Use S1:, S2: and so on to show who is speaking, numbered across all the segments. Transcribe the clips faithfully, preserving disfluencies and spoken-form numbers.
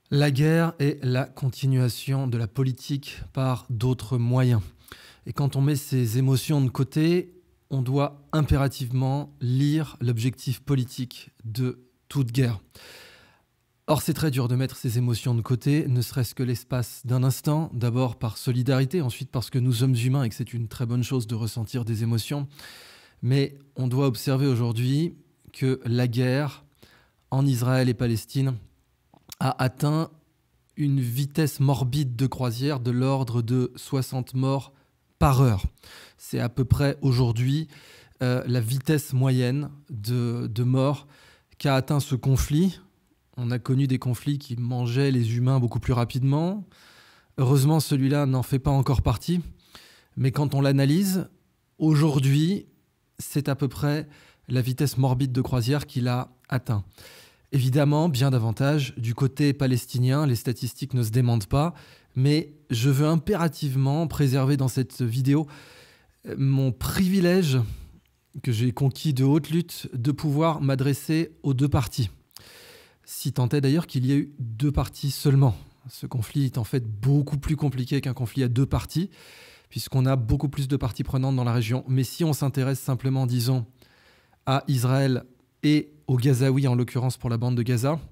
S1: La guerre est la continuation de la politique par d'autres moyens. Et quand on met ses émotions de côté, on doit impérativement lire l'objectif politique de toute guerre. Or, c'est très dur de mettre ses émotions de côté, ne serait-ce que l'espace d'un instant, d'abord par solidarité, ensuite parce que nous sommes humains et que c'est une très bonne chose de ressentir des émotions. Mais on doit observer aujourd'hui que la guerre en Israël et Palestine a atteint une vitesse morbide de croisière de l'ordre de soixante morts par heure. C'est à peu près aujourd'hui euh, la vitesse moyenne de, de morts qu'a atteint ce conflit. On a connu des conflits qui mangeaient les humains beaucoup plus rapidement. Heureusement, celui-là n'en fait pas encore partie. Mais quand on l'analyse, aujourd'hui, c'est à peu près la vitesse morbide de croisière qu'il a atteint. Évidemment, bien davantage, du côté palestinien, les statistiques ne se démentent pas, mais je veux impérativement préserver dans cette vidéo mon privilège que j'ai conquis de haute lutte de pouvoir m'adresser aux deux parties. Si tant est d'ailleurs qu'il y ait eu deux parties seulement. Ce conflit est en fait beaucoup plus compliqué qu'un conflit à deux parties, puisqu'on a beaucoup plus de parties prenantes dans la région. Mais si on s'intéresse simplement, disons, à Israël et aux Gazaouis, en l'occurrence pour la bande de Gaza,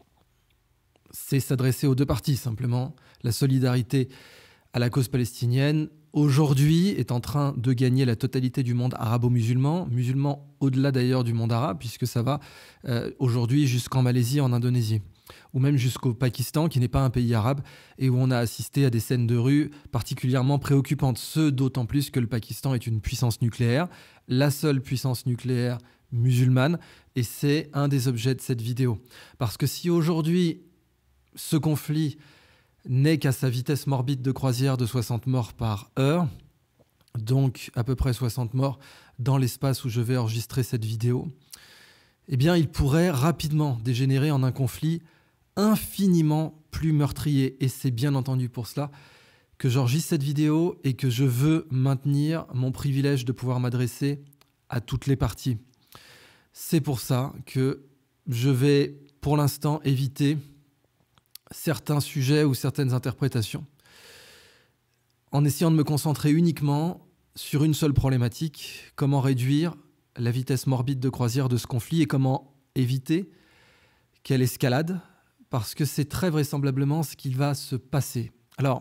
S1: c'est s'adresser aux deux parties, simplement. La solidarité à la cause palestinienne, aujourd'hui, est en train de gagner la totalité du monde arabo-musulman, musulman au-delà d'ailleurs du monde arabe, puisque ça va euh, aujourd'hui jusqu'en Malaisie, en Indonésie, ou même jusqu'au Pakistan, qui n'est pas un pays arabe, et où on a assisté à des scènes de rue particulièrement préoccupantes. Ce d'autant plus que le Pakistan est une puissance nucléaire, la seule puissance nucléaire musulmane, et c'est un des objets de cette vidéo. Parce que si aujourd'hui, ce conflit n'est qu'à sa vitesse morbide de croisière de soixante morts par heure, donc à peu près soixante morts dans l'espace où je vais enregistrer cette vidéo, eh bien, il pourrait rapidement dégénérer en un conflit infiniment plus meurtrier. Et c'est bien entendu pour cela que j'enregistre cette vidéo et que je veux maintenir mon privilège de pouvoir m'adresser à toutes les parties. C'est pour ça que je vais, pour l'instant, éviter certains sujets ou certaines interprétations, en essayant de me concentrer uniquement sur une seule problématique: comment réduire la vitesse morbide de croisière de ce conflit et comment éviter qu'elle escalade, parce que c'est très vraisemblablement ce qui va se passer. Alors,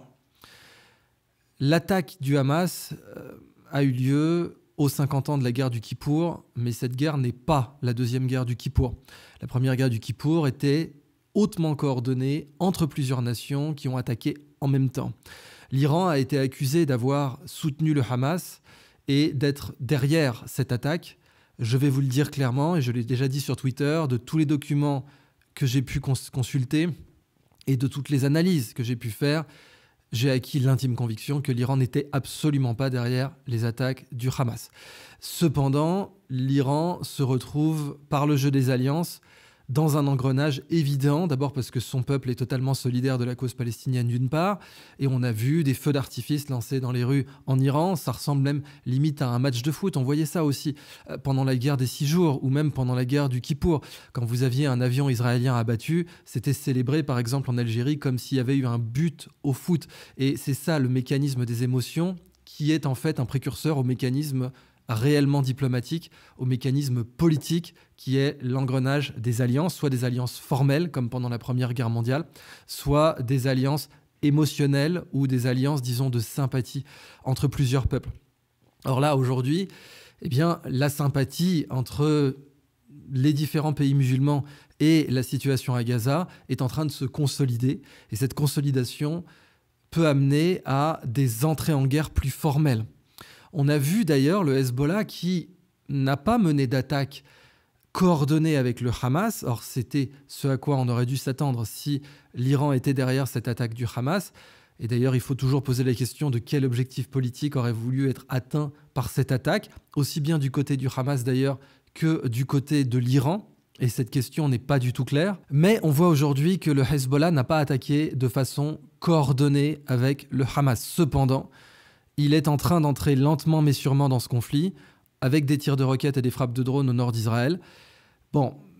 S1: l'attaque du Hamas euh, a eu lieu aux cinquante ans de la guerre du Kippour, mais cette guerre n'est pas la deuxième guerre du Kippour. La première guerre du Kippour était hautement coordonnée entre plusieurs nations qui ont attaqué en même temps. L'Iran a été accusé d'avoir soutenu le Hamas et d'être derrière cette attaque. Je vais vous le dire clairement, et je l'ai déjà dit sur Twitter, de tous les documents que j'ai pu cons- consulter et de toutes les analyses que j'ai pu faire, j'ai acquis l'intime conviction que l'Iran n'était absolument pas derrière les attaques du Hamas. Cependant, l'Iran se retrouve, par le jeu des alliances, dans un engrenage évident, d'abord parce que son peuple est totalement solidaire de la cause palestinienne d'une part, et on a vu des feux d'artifice lancés dans les rues en Iran, ça ressemble même limite à un match de foot. On voyait ça aussi euh, pendant la guerre des six jours, ou même pendant la guerre du Kippour. Quand vous aviez un avion israélien abattu, c'était célébré par exemple en Algérie comme s'il y avait eu un but au foot. Et c'est ça le mécanisme des émotions, qui est en fait un précurseur au mécanisme réellement diplomatique, au mécanisme politique qui est l'engrenage des alliances, soit des alliances formelles comme pendant la Première Guerre mondiale, soit des alliances émotionnelles ou des alliances, disons, de sympathie entre plusieurs peuples. Or là, aujourd'hui, eh bien, la sympathie entre les différents pays musulmans et la situation à Gaza est en train de se consolider, et cette consolidation peut amener à des entrées en guerre plus formelles. On a vu d'ailleurs le Hezbollah qui n'a pas mené d'attaque coordonnée avec le Hamas. Or, c'était ce à quoi on aurait dû s'attendre si l'Iran était derrière cette attaque du Hamas. Et d'ailleurs, il faut toujours poser la question de quel objectif politique aurait voulu être atteint par cette attaque, aussi bien du côté du Hamas d'ailleurs que du côté de l'Iran. Et cette question n'est pas du tout claire. Mais on voit aujourd'hui que le Hezbollah n'a pas attaqué de façon coordonnée avec le Hamas. Cependant, il est en train d'entrer lentement mais sûrement dans ce conflit, avec des tirs de roquettes et des frappes de drones au nord d'Israël. Bon,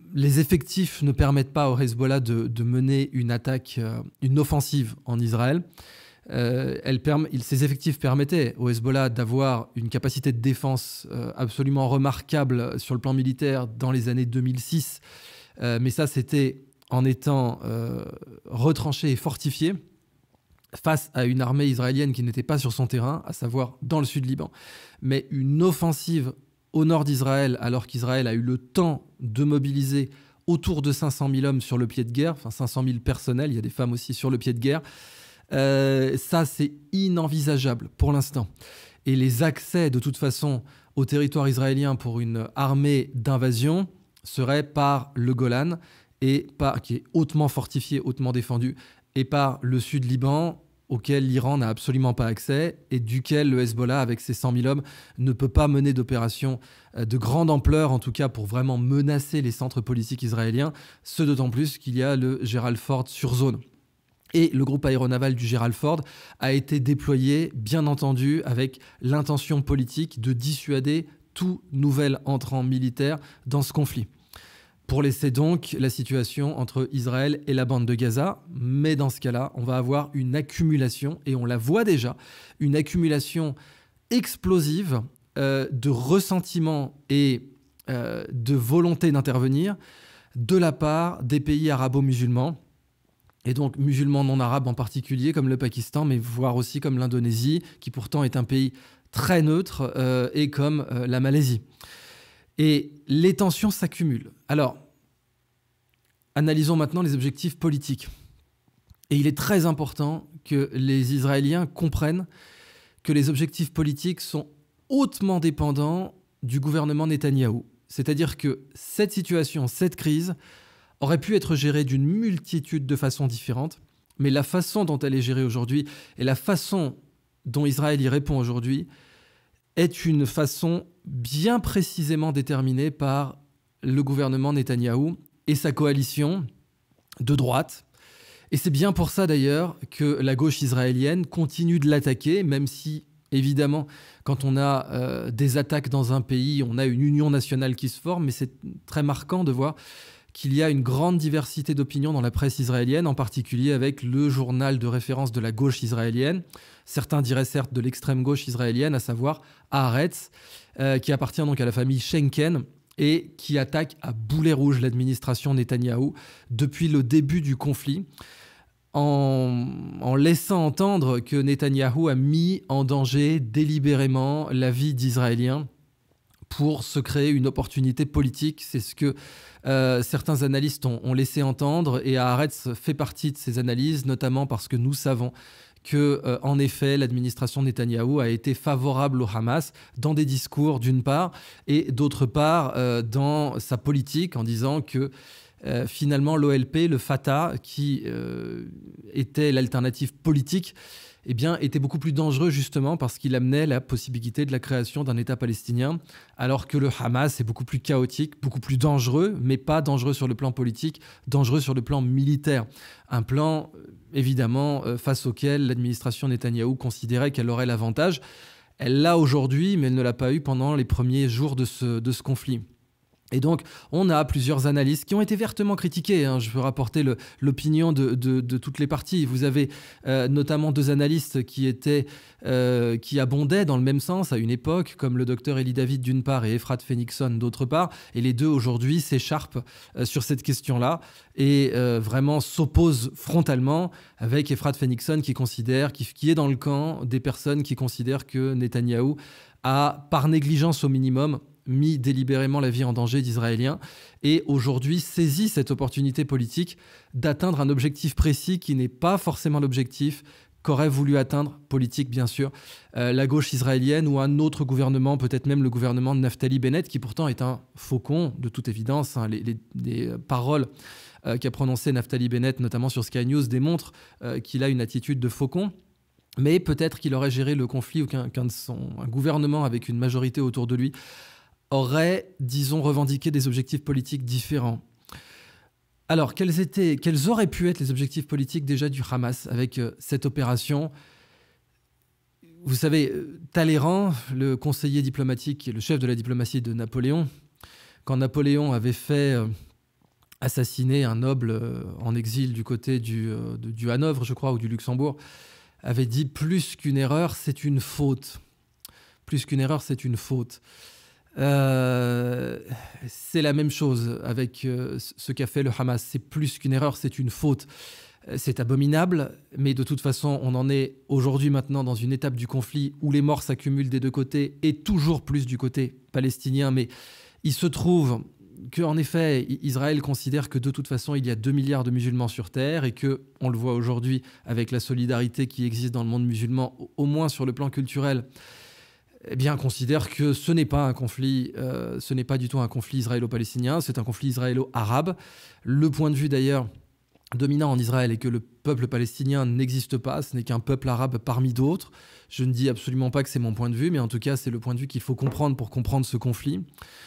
S1: les effectifs ne permettent pas au Hezbollah de, de mener une attaque, euh, une offensive en Israël. Euh, elle perm- il, ces effectifs permettaient au Hezbollah d'avoir une capacité de défense euh, absolument remarquable sur le plan militaire dans les années deux mille six. Euh, mais ça, c'était en étant euh, retranché et fortifié face à une armée israélienne qui n'était pas sur son terrain, à savoir dans le sud Liban. Mais une offensive au nord d'Israël, alors qu'Israël a eu le temps de mobiliser autour de cinq cent mille hommes sur le pied de guerre, enfin cinq cent mille personnels, il y a des femmes aussi sur le pied de guerre, euh, ça c'est inenvisageable pour l'instant. Et les accès de toute façon au territoire israélien pour une armée d'invasion seraient par le Golan, et par, qui est hautement fortifié, hautement défendu, et par le sud Liban, auquel l'Iran n'a absolument pas accès et duquel le Hezbollah, avec ses cent mille hommes, ne peut pas mener d'opération de grande ampleur, en tout cas pour vraiment menacer les centres politiques israéliens, ce d'autant plus qu'il y a le Gerald Ford sur zone. Et le groupe aéronaval du Gerald Ford a été déployé, bien entendu, avec l'intention politique de dissuader tout nouvel entrant militaire dans ce conflit, pour laisser donc la situation entre Israël et la bande de Gaza. Mais dans ce cas-là, on va avoir une accumulation, et on la voit déjà, une accumulation explosive euh, de ressentiment et euh, de volonté d'intervenir de la part des pays arabo-musulmans, et donc musulmans non arabes en particulier, comme le Pakistan, mais voire aussi comme l'Indonésie, qui pourtant est un pays très neutre, euh, et comme euh, la Malaisie. Et les tensions s'accumulent. Alors, analysons maintenant les objectifs politiques. Et il est très important que les Israéliens comprennent que les objectifs politiques sont hautement dépendants du gouvernement Netanyahou. C'est-à-dire que cette situation, cette crise, aurait pu être gérée d'une multitude de façons différentes, mais la façon dont elle est gérée aujourd'hui et la façon dont Israël y répond aujourd'hui est une façon bien précisément déterminée par le gouvernement Netanyahou et sa coalition de droite. Et c'est bien pour ça d'ailleurs que la gauche israélienne continue de l'attaquer, même si, évidemment, quand on a euh, des attaques dans un pays, on a une union nationale qui se forme, mais c'est très marquant de voir qu'il y a une grande diversité d'opinions dans la presse israélienne, en particulier avec le journal de référence de la gauche israélienne. Certains diraient certes de l'extrême gauche israélienne, à savoir Haaretz, euh, qui appartient donc à la famille Schenken et qui attaque à boulet rouge l'administration Netanyahou depuis le début du conflit, en, en laissant entendre que Netanyahou a mis en danger délibérément la vie d'Israéliens pour se créer une opportunité politique. C'est ce que euh, certains analystes ont, ont laissé entendre, et Haaretz fait partie de ces analyses, notamment parce que nous savons que, euh, en effet, l'administration Netanyahou a été favorable au Hamas dans des discours, d'une part, et d'autre part, euh, dans sa politique, en disant que euh, finalement l'O L P, le Fatah, qui euh, était l'alternative politique, eh bien, était beaucoup plus dangereux justement parce qu'il amenait la possibilité de la création d'un État palestinien, alors que le Hamas est beaucoup plus chaotique, beaucoup plus dangereux, mais pas dangereux sur le plan politique, dangereux sur le plan militaire. Un plan, évidemment, face auquel l'administration Netanyahou considérait qu'elle aurait l'avantage. Elle l'a aujourd'hui, mais elle ne l'a pas eu pendant les premiers jours de ce, de ce conflit. Et donc, on a plusieurs analystes qui ont été vertement critiquées. Hein. Je peux rapporter le, l'opinion de, de, de toutes les parties. Vous avez euh, notamment deux analystes qui, étaient, euh, qui abondaient dans le même sens à une époque, comme le docteur Eli David d'une part et Efrat Fenixson d'autre part. Et les deux, aujourd'hui, s'écharpent euh, sur cette question-là et euh, vraiment s'opposent frontalement, avec Efrat Fenixson qui, considère, qui, qui est dans le camp des personnes qui considèrent que Netanyahou a, par négligence au minimum, mis délibérément la vie en danger d'Israéliens, et aujourd'hui saisit cette opportunité politique d'atteindre un objectif précis qui n'est pas forcément l'objectif qu'aurait voulu atteindre, politique bien sûr, euh, la gauche israélienne ou un autre gouvernement, peut-être même le gouvernement de Naftali Bennett, qui pourtant est un faucon, de toute évidence. Hein, les, les, les paroles euh, qu'a prononcées Naftali Bennett, notamment sur Sky News, démontrent euh, qu'il a une attitude de faucon. Mais peut-être qu'il aurait géré le conflit, ou qu'un, qu'un de son, un gouvernement avec une majorité autour de lui aurait, disons, revendiqué des objectifs politiques différents. Alors, quels, étaient, quels auraient pu être les objectifs politiques déjà du Hamas avec euh, cette opération ? Vous savez, Talleyrand, le conseiller diplomatique et le chef de la diplomatie de Napoléon, quand Napoléon avait fait euh, assassiné, un noble euh, en exil du côté du, euh, de- du Hanovre, je crois, ou du Luxembourg, avait dit plus qu'une erreur, c'est une faute. Plus qu'une erreur, c'est une faute. Euh, c'est la même chose avec euh, ce qu'a fait le Hamas. C'est plus qu'une erreur, c'est une faute. Euh, C'est abominable, mais de toute façon, on en est aujourd'hui maintenant dans une étape du conflit où les morts s'accumulent des deux côtés et toujours plus du côté palestinien. Mais il se trouve qu'en effet, Israël considère que de toute façon, il y a deux milliards de musulmans sur Terre et que, on le voit aujourd'hui avec la solidarité qui existe dans le monde musulman, au moins sur le plan culturel, eh bien, considère que ce n'est pas un conflit, euh, ce n'est pas du tout un conflit israélo-palestinien, c'est un conflit israélo-arabe. Le point de vue d'ailleurs dominant en Israël est que le peuple palestinien n'existe pas, ce n'est qu'un peuple arabe parmi d'autres. Je ne dis absolument pas que c'est mon point de vue, mais en tout cas, c'est le point de vue qu'il faut comprendre pour comprendre ce conflit.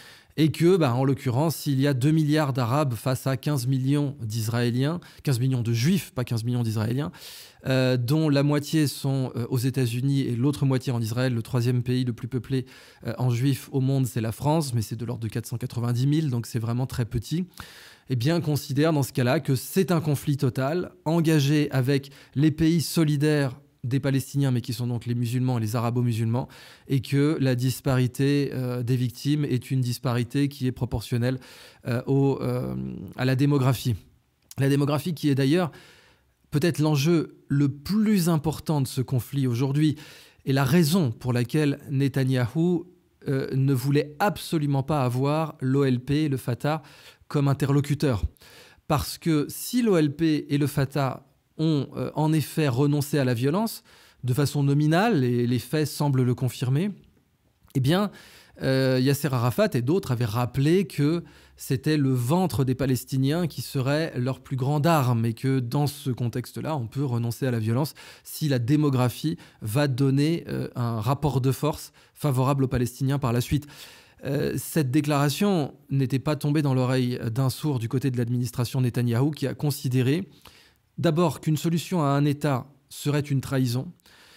S1: Et que, bah, en l'occurrence, il y a deux milliards d'Arabes face à quinze millions d'Israéliens, quinze millions de Juifs, pas quinze millions d'Israéliens, euh, dont la moitié sont euh, aux États-Unis et l'autre moitié en Israël. Le troisième pays le plus peuplé euh, en Juifs au monde, c'est la France, mais c'est de l'ordre de quatre cent quatre-vingt-dix mille, donc c'est vraiment très petit. Eh bien, considère dans ce cas-là que c'est un conflit total, engagé avec les pays solidaires des Palestiniens, mais qui sont donc les musulmans et les arabo-musulmans, et que la disparité euh, des victimes est une disparité qui est proportionnelle euh, au, euh, à la démographie. La démographie qui est d'ailleurs peut-être l'enjeu le plus important de ce conflit aujourd'hui, et la raison pour laquelle Netanyahou euh, ne voulait absolument pas avoir l'O L P, le Fatah, comme interlocuteur. Parce que si l'O L P et le Fatah ont euh, en effet renoncé à la violence de façon nominale, et les faits semblent le confirmer, eh bien, euh, Yasser Arafat et d'autres avaient rappelé que c'était le ventre des Palestiniens qui serait leur plus grande arme et que dans ce contexte-là, on peut renoncer à la violence si la démographie va donner euh, un rapport de force favorable aux Palestiniens par la suite. Euh, cette déclaration n'était pas tombée dans l'oreille d'un sourd du côté de l'administration Netanyahou qui a considéré d'abord qu'une solution à un État serait une trahison.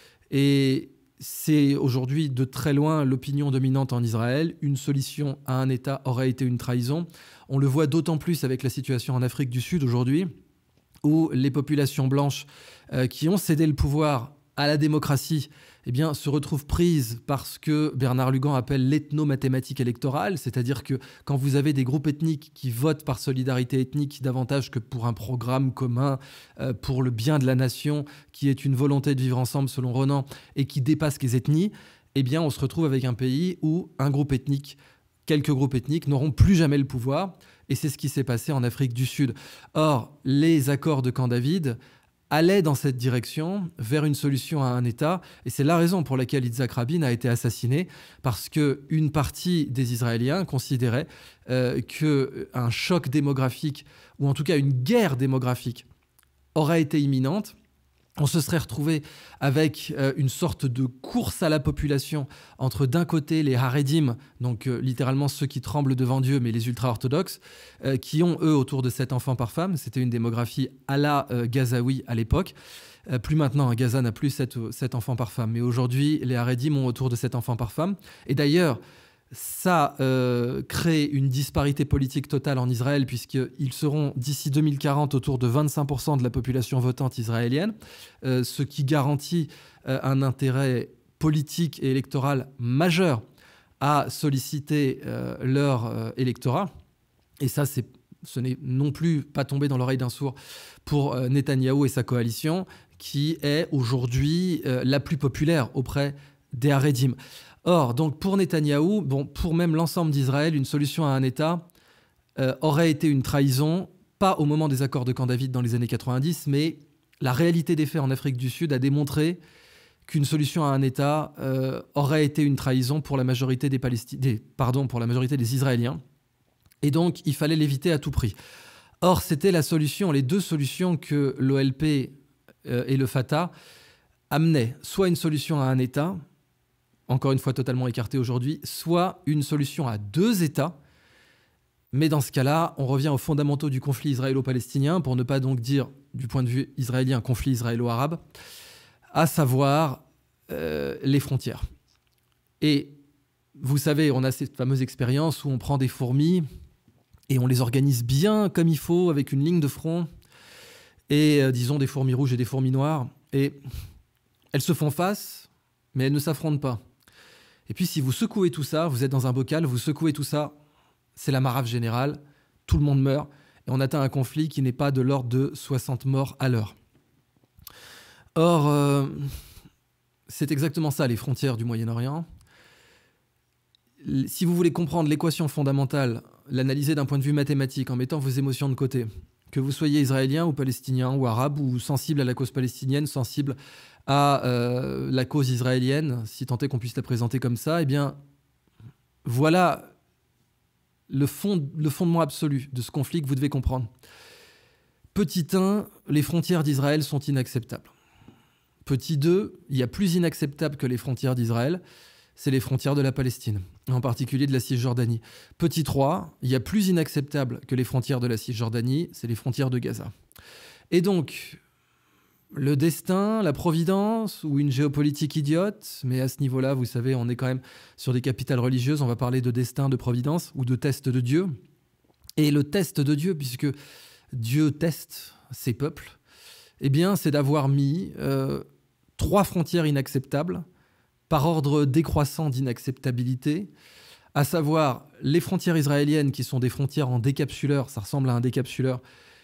S1: Et c'est aujourd'hui de très loin l'opinion dominante en Israël. Une solution à un État aurait été une trahison. On le voit d'autant plus avec la situation en Afrique du Sud aujourd'hui, où les populations blanches euh, qui ont cédé le pouvoir à la démocratie eh bien, se retrouvent prises par ce que Bernard Lugan appelle l'ethno-mathématique électorale, c'est-à-dire que quand vous avez des groupes ethniques qui votent par solidarité ethnique davantage que pour un programme commun euh, pour le bien de la nation, qui est une volonté de vivre ensemble selon Renan, et qui dépasse les ethnies, eh bien, on se retrouve avec un pays où un groupe ethnique, quelques groupes ethniques n'auront plus jamais le pouvoir, et c'est ce qui s'est passé en Afrique du Sud. Or, les accords de Camp David allait dans cette direction, vers une solution à un État. Et c'est la raison pour laquelle Yitzhak Rabin a été assassiné, parce qu'une partie des Israéliens considérait euh, qu'un choc démographique, ou en tout cas une guerre démographique, aurait été imminente. On se serait retrouvé avec euh, une sorte de course à la population entre d'un côté les Haredim, donc euh, littéralement ceux qui tremblent devant Dieu, mais les ultra-orthodoxes, euh, qui ont eux autour de sept enfants par femme. C'était une démographie à la euh, Gazaoui à l'époque. Euh, plus maintenant, hein, Gaza n'a plus sept enfants par femme, mais aujourd'hui les Haredim ont autour de sept enfants par femme. Et d'ailleurs, ça euh, crée une disparité politique totale en Israël, puisqu'ils seront d'ici deux mille quarante autour de vingt-cinq pour cent de la population votante israélienne, euh, ce qui garantit euh, un intérêt politique et électoral majeur à solliciter euh, leur euh, électorat. Et ça, c'est, ce n'est non plus pas tombé dans l'oreille d'un sourd pour euh, Netanyahou et sa coalition, qui est aujourd'hui euh, la plus populaire auprès des Haredim. Or, donc pour Netanyahou, bon, pour même l'ensemble d'Israël, une solution à un État euh, aurait été une trahison, pas au moment des accords de Camp David dans les années quatre-vingt-dix, mais la réalité des faits en Afrique du Sud a démontré qu'une solution à un État euh, aurait été une trahison pour la majorité des, Palesti- des, pardon, pour la majorité des Israéliens. Et donc, il fallait l'éviter à tout prix. Or, c'était la solution, les deux solutions que l'O L P euh, et le Fatah amenaient. Soit une solution à un État, encore une fois totalement écarté aujourd'hui, soit une solution à deux États. Mais dans ce cas-là, on revient aux fondamentaux du conflit israélo-palestinien, pour ne pas donc dire, du point de vue israélien, conflit israélo-arabe, à savoir euh, les frontières. Et vous savez, on a cette fameuse expérience où on prend des fourmis et on les organise bien comme il faut, avec une ligne de front, et euh, disons des fourmis rouges et des fourmis noires, et elles se font face, mais elles ne s'affrontent pas. Et puis si vous secouez tout ça, vous êtes dans un bocal, vous secouez tout ça, c'est la marave générale, tout le monde meurt, et on atteint un conflit qui n'est pas de l'ordre de soixante morts à l'heure. Or, euh, c'est exactement ça, les frontières du Moyen-Orient. Si vous voulez comprendre l'équation fondamentale, l'analyser d'un point de vue mathématique, en mettant vos émotions de côté, que vous soyez israélien ou palestinien ou arabe, ou sensible à la cause palestinienne, sensible à euh, la cause israélienne, si tant est qu'on puisse la présenter comme ça, eh bien, voilà le, fond, le fondement absolu de ce conflit que vous devez comprendre. Petit un, les frontières d'Israël sont inacceptables. Petit deux, il y a plus inacceptable que les frontières d'Israël, c'est les frontières de la Palestine, en particulier de la Cisjordanie. Petit trois, il y a plus inacceptable que les frontières de la Cisjordanie, c'est les frontières de Gaza. Et donc, le destin, la providence ou une géopolitique idiote, mais à ce niveau-là, vous savez, on est quand même sur des capitales religieuses, on va parler de destin, de providence ou de test de Dieu. Et le test de Dieu, puisque Dieu teste ses peuples, eh bien, c'est d'avoir mis euh, trois frontières inacceptables par ordre décroissant d'inacceptabilité, à savoir les frontières israéliennes qui sont des frontières en décapsuleur, ça ressemble à un décapsuleur,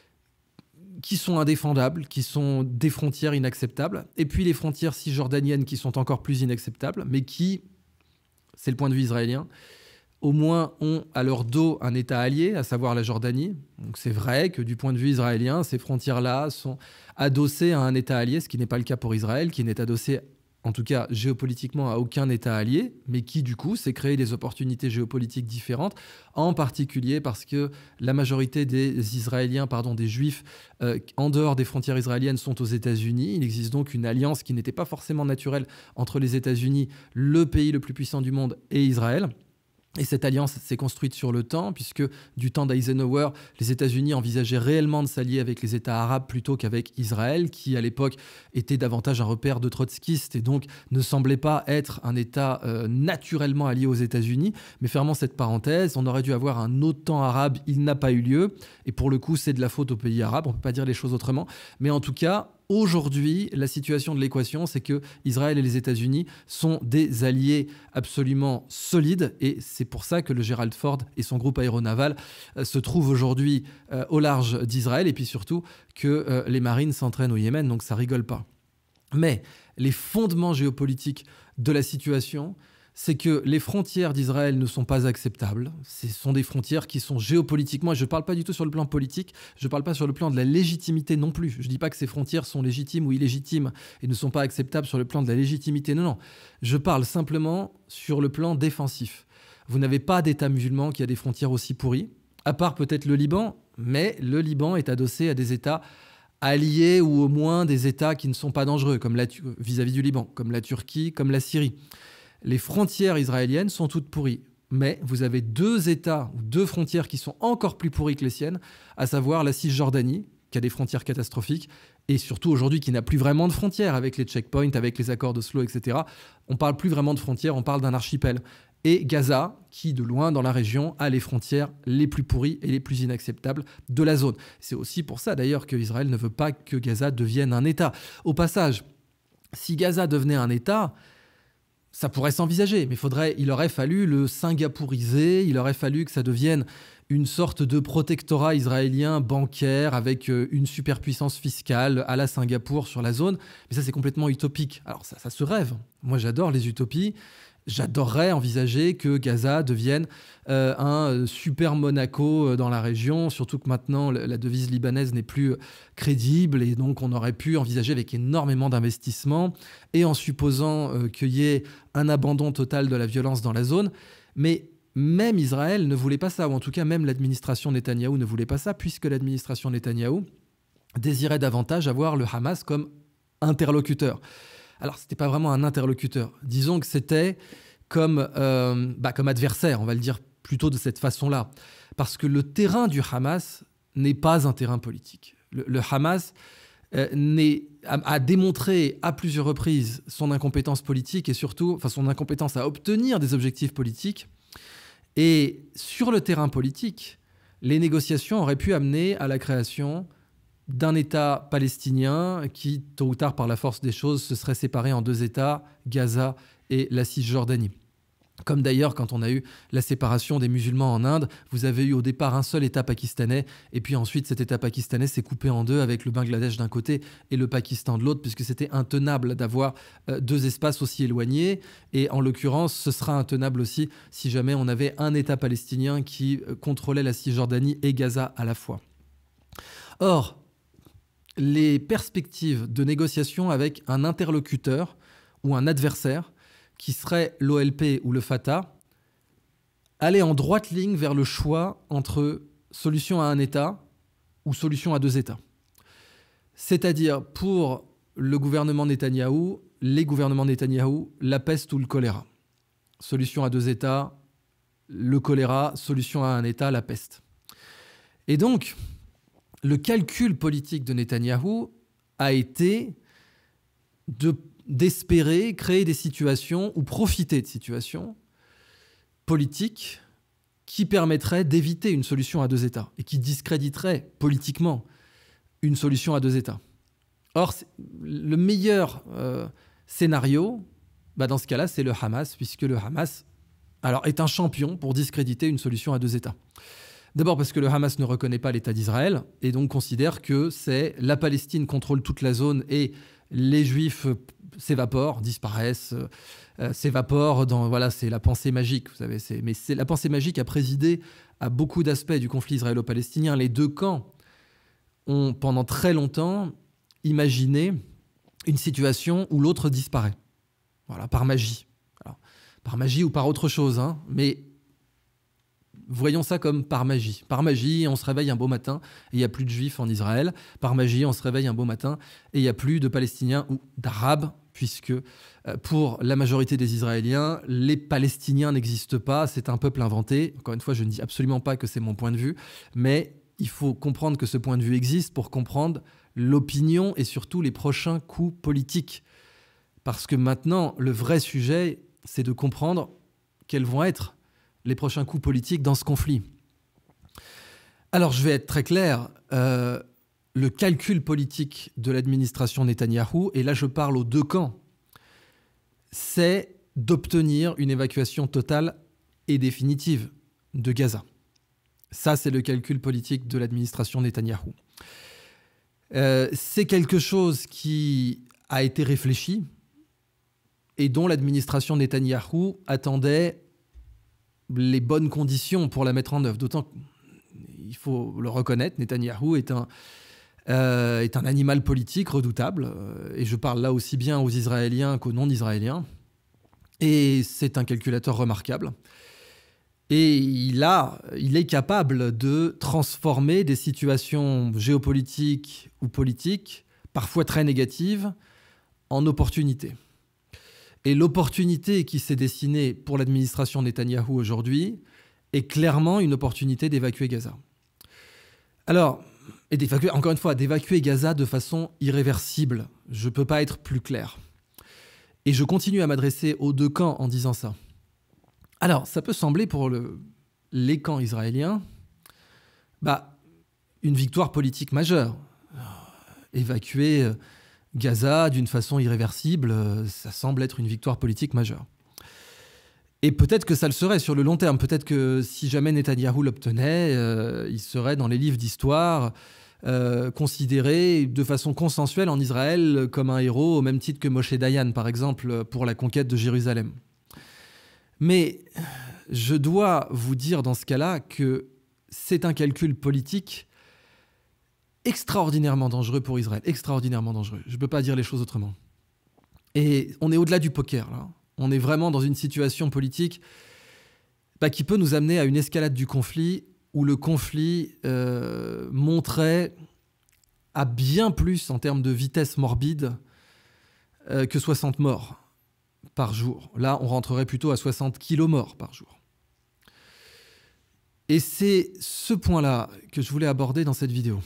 S1: qui sont indéfendables, qui sont des frontières inacceptables, et puis les frontières cisjordaniennes qui sont encore plus inacceptables, mais qui, c'est le point de vue israélien, au moins ont à leur dos un État allié, à savoir la Jordanie. Donc c'est vrai que du point de vue israélien, ces frontières-là sont adossées à un État allié, ce qui n'est pas le cas pour Israël, qui n'est adossé en tout cas géopolitiquement à aucun État allié, mais qui du coup s'est créé des opportunités géopolitiques différentes, en particulier parce que la majorité des Israéliens, pardon, des Juifs, euh, en dehors des frontières israéliennes sont aux États-Unis. Il existe donc une alliance qui n'était pas forcément naturelle entre les États-Unis, le pays le plus puissant du monde, et Israël. Et cette alliance s'est construite sur le temps, puisque du temps d'Eisenhower, les États-Unis envisageaient réellement de s'allier avec les États arabes plutôt qu'avec Israël, qui à l'époque était davantage un repère de trotskistes et donc ne semblait pas être un État euh, naturellement allié aux États-Unis. Mais fermons cette parenthèse, on aurait dû avoir un OTAN arabe, il n'a pas eu lieu. Et pour le coup, c'est de la faute aux pays arabes, on ne peut pas dire les choses autrement. Mais en tout cas, aujourd'hui, la situation de l'équation, c'est que Israël et les États-Unis sont des alliés absolument solides, et c'est pour ça que le Gerald Ford et son groupe aéronaval euh, se trouvent aujourd'hui euh, au large d'Israël, et puis surtout que euh, les marines s'entraînent au Yémen, donc ça rigole pas. Mais les fondements géopolitiques de la situation, c'est que les frontières d'Israël ne sont pas acceptables. Ce sont des frontières qui sont géopolitiquement, et je ne parle pas du tout sur le plan politique, je ne parle pas sur le plan de la légitimité non plus. Je ne dis pas que ces frontières sont légitimes ou illégitimes et ne sont pas acceptables sur le plan de la légitimité. Non, non. Je parle simplement sur le plan défensif. Vous n'avez pas d'État musulman qui a des frontières aussi pourries, à part peut-être le Liban, mais le Liban est adossé à des États alliés ou au moins des États qui ne sont pas dangereux, comme la, vis-à-vis du Liban, comme la Turquie, comme la Syrie. Les frontières israéliennes sont toutes pourries, mais vous avez deux États ou deux frontières qui sont encore plus pourries que les siennes, à savoir la Cisjordanie, qui a des frontières catastrophiques, et surtout aujourd'hui qui n'a plus vraiment de frontières avec les checkpoints, avec les accords d'Oslo, et cetera. On ne parle plus vraiment de frontières, on parle d'un archipel. Et Gaza, qui de loin dans la région a les frontières les plus pourries et les plus inacceptables de la zone. C'est aussi pour ça d'ailleurs qu'Israël ne veut pas que Gaza devienne un État. Au passage, si Gaza devenait un État, ça pourrait s'envisager, mais faudrait, il aurait fallu le singapouriser, il aurait fallu que ça devienne une sorte de protectorat israélien bancaire avec une superpuissance fiscale à la Singapour sur la zone. Mais ça, c'est complètement utopique. Alors ça, ça se rêve. Moi, j'adore les utopies. J'adorerais envisager que Gaza devienne euh, un super Monaco dans la région, surtout que maintenant la devise libanaise n'est plus crédible et donc on aurait pu envisager avec énormément d'investissements et en supposant euh, qu'il y ait un abandon total de la violence dans la zone. Mais même Israël ne voulait pas ça, ou en tout cas même l'administration Netanyahou ne voulait pas ça, puisque l'administration Netanyahou désirait davantage avoir le Hamas comme interlocuteur. Alors, ce n'était pas vraiment un interlocuteur. Disons que c'était comme, euh, bah, comme adversaire, on va le dire plutôt de cette façon-là. Parce que le terrain du Hamas n'est pas un terrain politique. Le, le Hamas euh, n'est, a, a démontré à plusieurs reprises son incompétence politique et surtout enfin, son incompétence à obtenir des objectifs politiques. Et sur le terrain politique, les négociations auraient pu amener à la création d'un État palestinien qui, tôt ou tard, par la force des choses, se serait séparé en deux États, Gaza et la Cisjordanie. Comme d'ailleurs, quand on a eu la séparation des musulmans en Inde, vous avez eu au départ un seul État pakistanais, et puis ensuite cet État pakistanais s'est coupé en deux avec le Bangladesh d'un côté et le Pakistan de l'autre, puisque c'était intenable d'avoir euh, deux espaces aussi éloignés. Et en l'occurrence, ce sera intenable aussi si jamais on avait un État palestinien qui euh, contrôlait la Cisjordanie et Gaza à la fois. Or, les perspectives de négociation avec un interlocuteur ou un adversaire qui serait l'O L P ou le Fatah, aller en droite ligne vers le choix entre solution à un État ou solution à deux États. C'est-à-dire, pour le gouvernement Netanyahou, les gouvernements Netanyahou, la peste ou le choléra. Solution à deux États, le choléra, solution à un État, la peste. Et donc, le calcul politique de Netanyahou a été de d'espérer créer des situations ou profiter de situations politiques qui permettraient d'éviter une solution à deux États et qui discréditeraient politiquement une solution à deux États. Or, le meilleur euh, scénario, bah dans ce cas-là, c'est le Hamas, puisque le Hamas alors, est un champion pour discréditer une solution à deux États. D'abord parce que le Hamas ne reconnaît pas l'État d'Israël et donc considère que c'est la Palestine contrôle toute la zone et les Juifs s'évaporent, disparaissent, euh, s'évaporent dans... Voilà, c'est la pensée magique, vous savez. C'est, mais c'est, la pensée magique a présidé à beaucoup d'aspects du conflit israélo-palestinien. Les deux camps ont, pendant très longtemps, imaginé une situation où l'autre disparaît. Voilà, par magie. Alors, par magie ou par autre chose, hein, mais... Voyons ça comme par magie. Par magie, on se réveille un beau matin et il n'y a plus de juifs en Israël. Par magie, on se réveille un beau matin et il n'y a plus de Palestiniens ou d'Arabes, puisque pour la majorité des Israéliens, les Palestiniens n'existent pas. C'est un peuple inventé. Encore une fois, je ne dis absolument pas que c'est mon point de vue, mais il faut comprendre que ce point de vue existe pour comprendre l'opinion et surtout les prochains coups politiques. Parce que maintenant, le vrai sujet, c'est de comprendre quels vont être les prochains coups politiques dans ce conflit. Alors, je vais être très clair, euh, le calcul politique de l'administration Netanyahou, et là je parle aux deux camps, c'est d'obtenir une évacuation totale et définitive de Gaza. Ça, c'est le calcul politique de l'administration Netanyahou. Euh, c'est quelque chose qui a été réfléchi et dont l'administration Netanyahou attendait les bonnes conditions pour la mettre en œuvre. D'autant qu'il faut le reconnaître, Netanyahou est un, euh, est un animal politique redoutable. Euh, et je parle là aussi bien aux Israéliens qu'aux non-Israéliens. Et c'est un calculateur remarquable. Et il, a, il est capable de transformer des situations géopolitiques ou politiques, parfois très négatives, en opportunités. Et l'opportunité qui s'est dessinée pour l'administration Netanyahou aujourd'hui est clairement une opportunité d'évacuer Gaza. Alors, et d'évacuer, encore une fois, d'évacuer Gaza de façon irréversible. Je ne peux pas être plus clair. Et je continue à m'adresser aux deux camps en disant ça. Alors, ça peut sembler pour le, les camps israéliens bah, une victoire politique majeure. Évacuer Gaza d'une façon irréversible, ça semble être une victoire politique majeure. Et peut-être que ça le serait sur le long terme. Peut-être que si jamais Netanyahou l'obtenait, euh, il serait dans les livres d'histoire euh, considéré de façon consensuelle en Israël comme un héros, au même titre que Moshe Dayan, par exemple, pour la conquête de Jérusalem. Mais je dois vous dire dans ce cas-là que c'est un calcul politique extraordinairement dangereux pour Israël, extraordinairement dangereux. Je ne peux pas dire les choses autrement. Et on est au-delà du poker, là. On est vraiment dans une situation politique bah, qui peut nous amener à une escalade du conflit où le conflit euh, monterait à bien plus en termes de vitesse morbide euh, que soixante morts par jour. Là, on rentrerait plutôt à soixante kilos morts par jour. Et c'est ce point-là que je voulais aborder dans cette vidéo.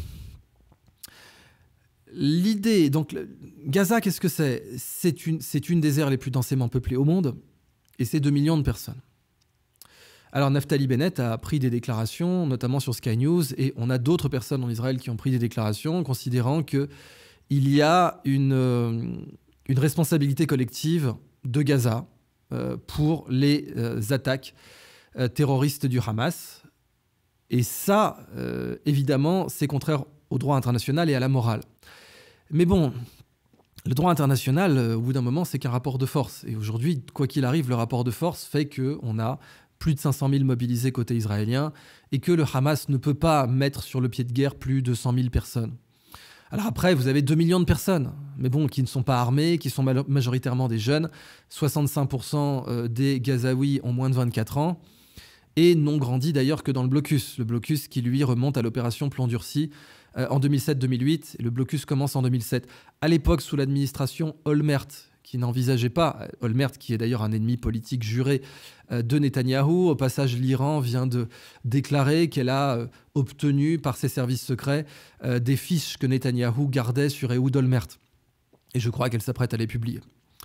S1: L'idée, donc Gaza, qu'est-ce que c'est ? C'est une, c'est une des aires les plus densément peuplées au monde et c'est deux millions de personnes. Alors Naftali Bennett a pris des déclarations, notamment sur Sky News, et on a d'autres personnes en Israël qui ont pris des déclarations considérant qu'il y a une, euh, une responsabilité collective de Gaza euh, pour les euh, attaques euh, terroristes du Hamas. Et ça, euh, évidemment, c'est contraire au droit international et à la morale. Mais bon, le droit international, euh, au bout d'un moment, c'est qu'un rapport de force. Et aujourd'hui, quoi qu'il arrive, le rapport de force fait qu'on a plus de cinq cent mille mobilisés côté israélien et que le Hamas ne peut pas mettre sur le pied de guerre plus de cent mille personnes. Alors après, vous avez deux millions de personnes, mais bon, qui ne sont pas armées, qui sont majoritairement des jeunes. soixante-cinq pour cent des Gazaouis ont moins de vingt-quatre ans et n'ont grandi d'ailleurs que dans le blocus. Le blocus qui, lui, remonte à l'opération Plan Durci euh, en deux mille sept deux mille huit. Et le blocus commence en deux mille sept. À l'époque, sous l'administration Olmert, qui n'envisageait pas, Olmert qui est d'ailleurs un ennemi politique juré de Netanyahou. Au passage, l'Iran vient de déclarer qu'elle a obtenu par ses services secrets des fiches que Netanyahou gardait sur Ehud Olmert. Et je crois qu'elle s'apprête à les publier.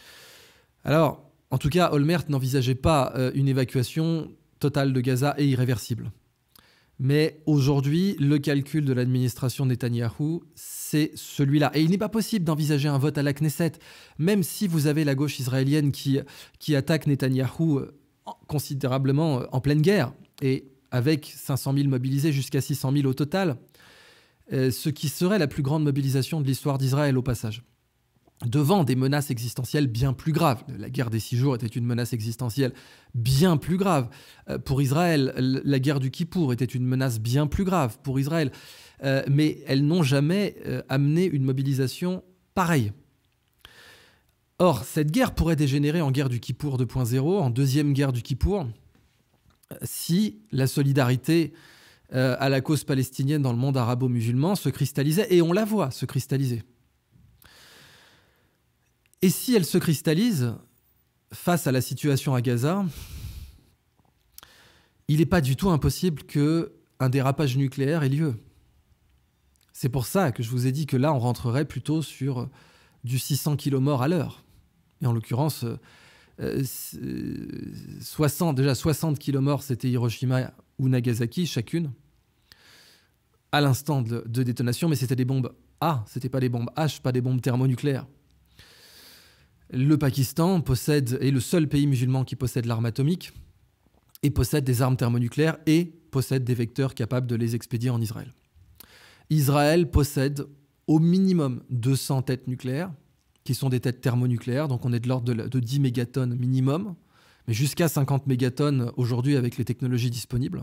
S1: Alors, en tout cas, Olmert n'envisageait pas une évacuation totale de Gaza et irréversible. Mais aujourd'hui, le calcul de l'administration Netanyahou, c'est celui-là. Et il n'est pas possible d'envisager un vote à la Knesset, même si vous avez la gauche israélienne qui, qui attaque Netanyahou considérablement en pleine guerre, et avec cinq cent mille mobilisés jusqu'à six cent mille au total, euh, ce qui serait la plus grande mobilisation de l'histoire d'Israël au passage. Devant des menaces existentielles bien plus graves. La guerre des six jours était une menace existentielle bien plus grave. Euh, pour Israël, la guerre du Kippour était une menace bien plus grave pour Israël. Euh, mais elles n'ont jamais euh, amené une mobilisation pareille. Or, cette guerre pourrait dégénérer en guerre du Kippour deux point zéro, en deuxième guerre du Kippour, si la solidarité euh, à la cause palestinienne dans le monde arabo-musulman se cristallisait, et on la voit se cristalliser. Et si elle se cristallise face à la situation à Gaza, il n'est pas du tout impossible qu'un dérapage nucléaire ait lieu. C'est pour ça que je vous ai dit que là, on rentrerait plutôt sur du six cents kilomètres morts à l'heure. Et en l'occurrence, euh, soixante, déjà soixante kilomètres morts, c'était Hiroshima ou Nagasaki, chacune, à l'instant de, de détonation, mais c'était des bombes A, c'était pas des bombes H, pas des bombes thermonucléaires. Le Pakistan possède, est le seul pays musulman qui possède l'arme atomique et possède des armes thermonucléaires et possède des vecteurs capables de les expédier en Israël. Israël possède au minimum deux cents têtes nucléaires, qui sont des têtes thermonucléaires, donc on est de l'ordre de, de dix mégatonnes minimum, mais jusqu'à cinquante mégatonnes aujourd'hui avec les technologies disponibles.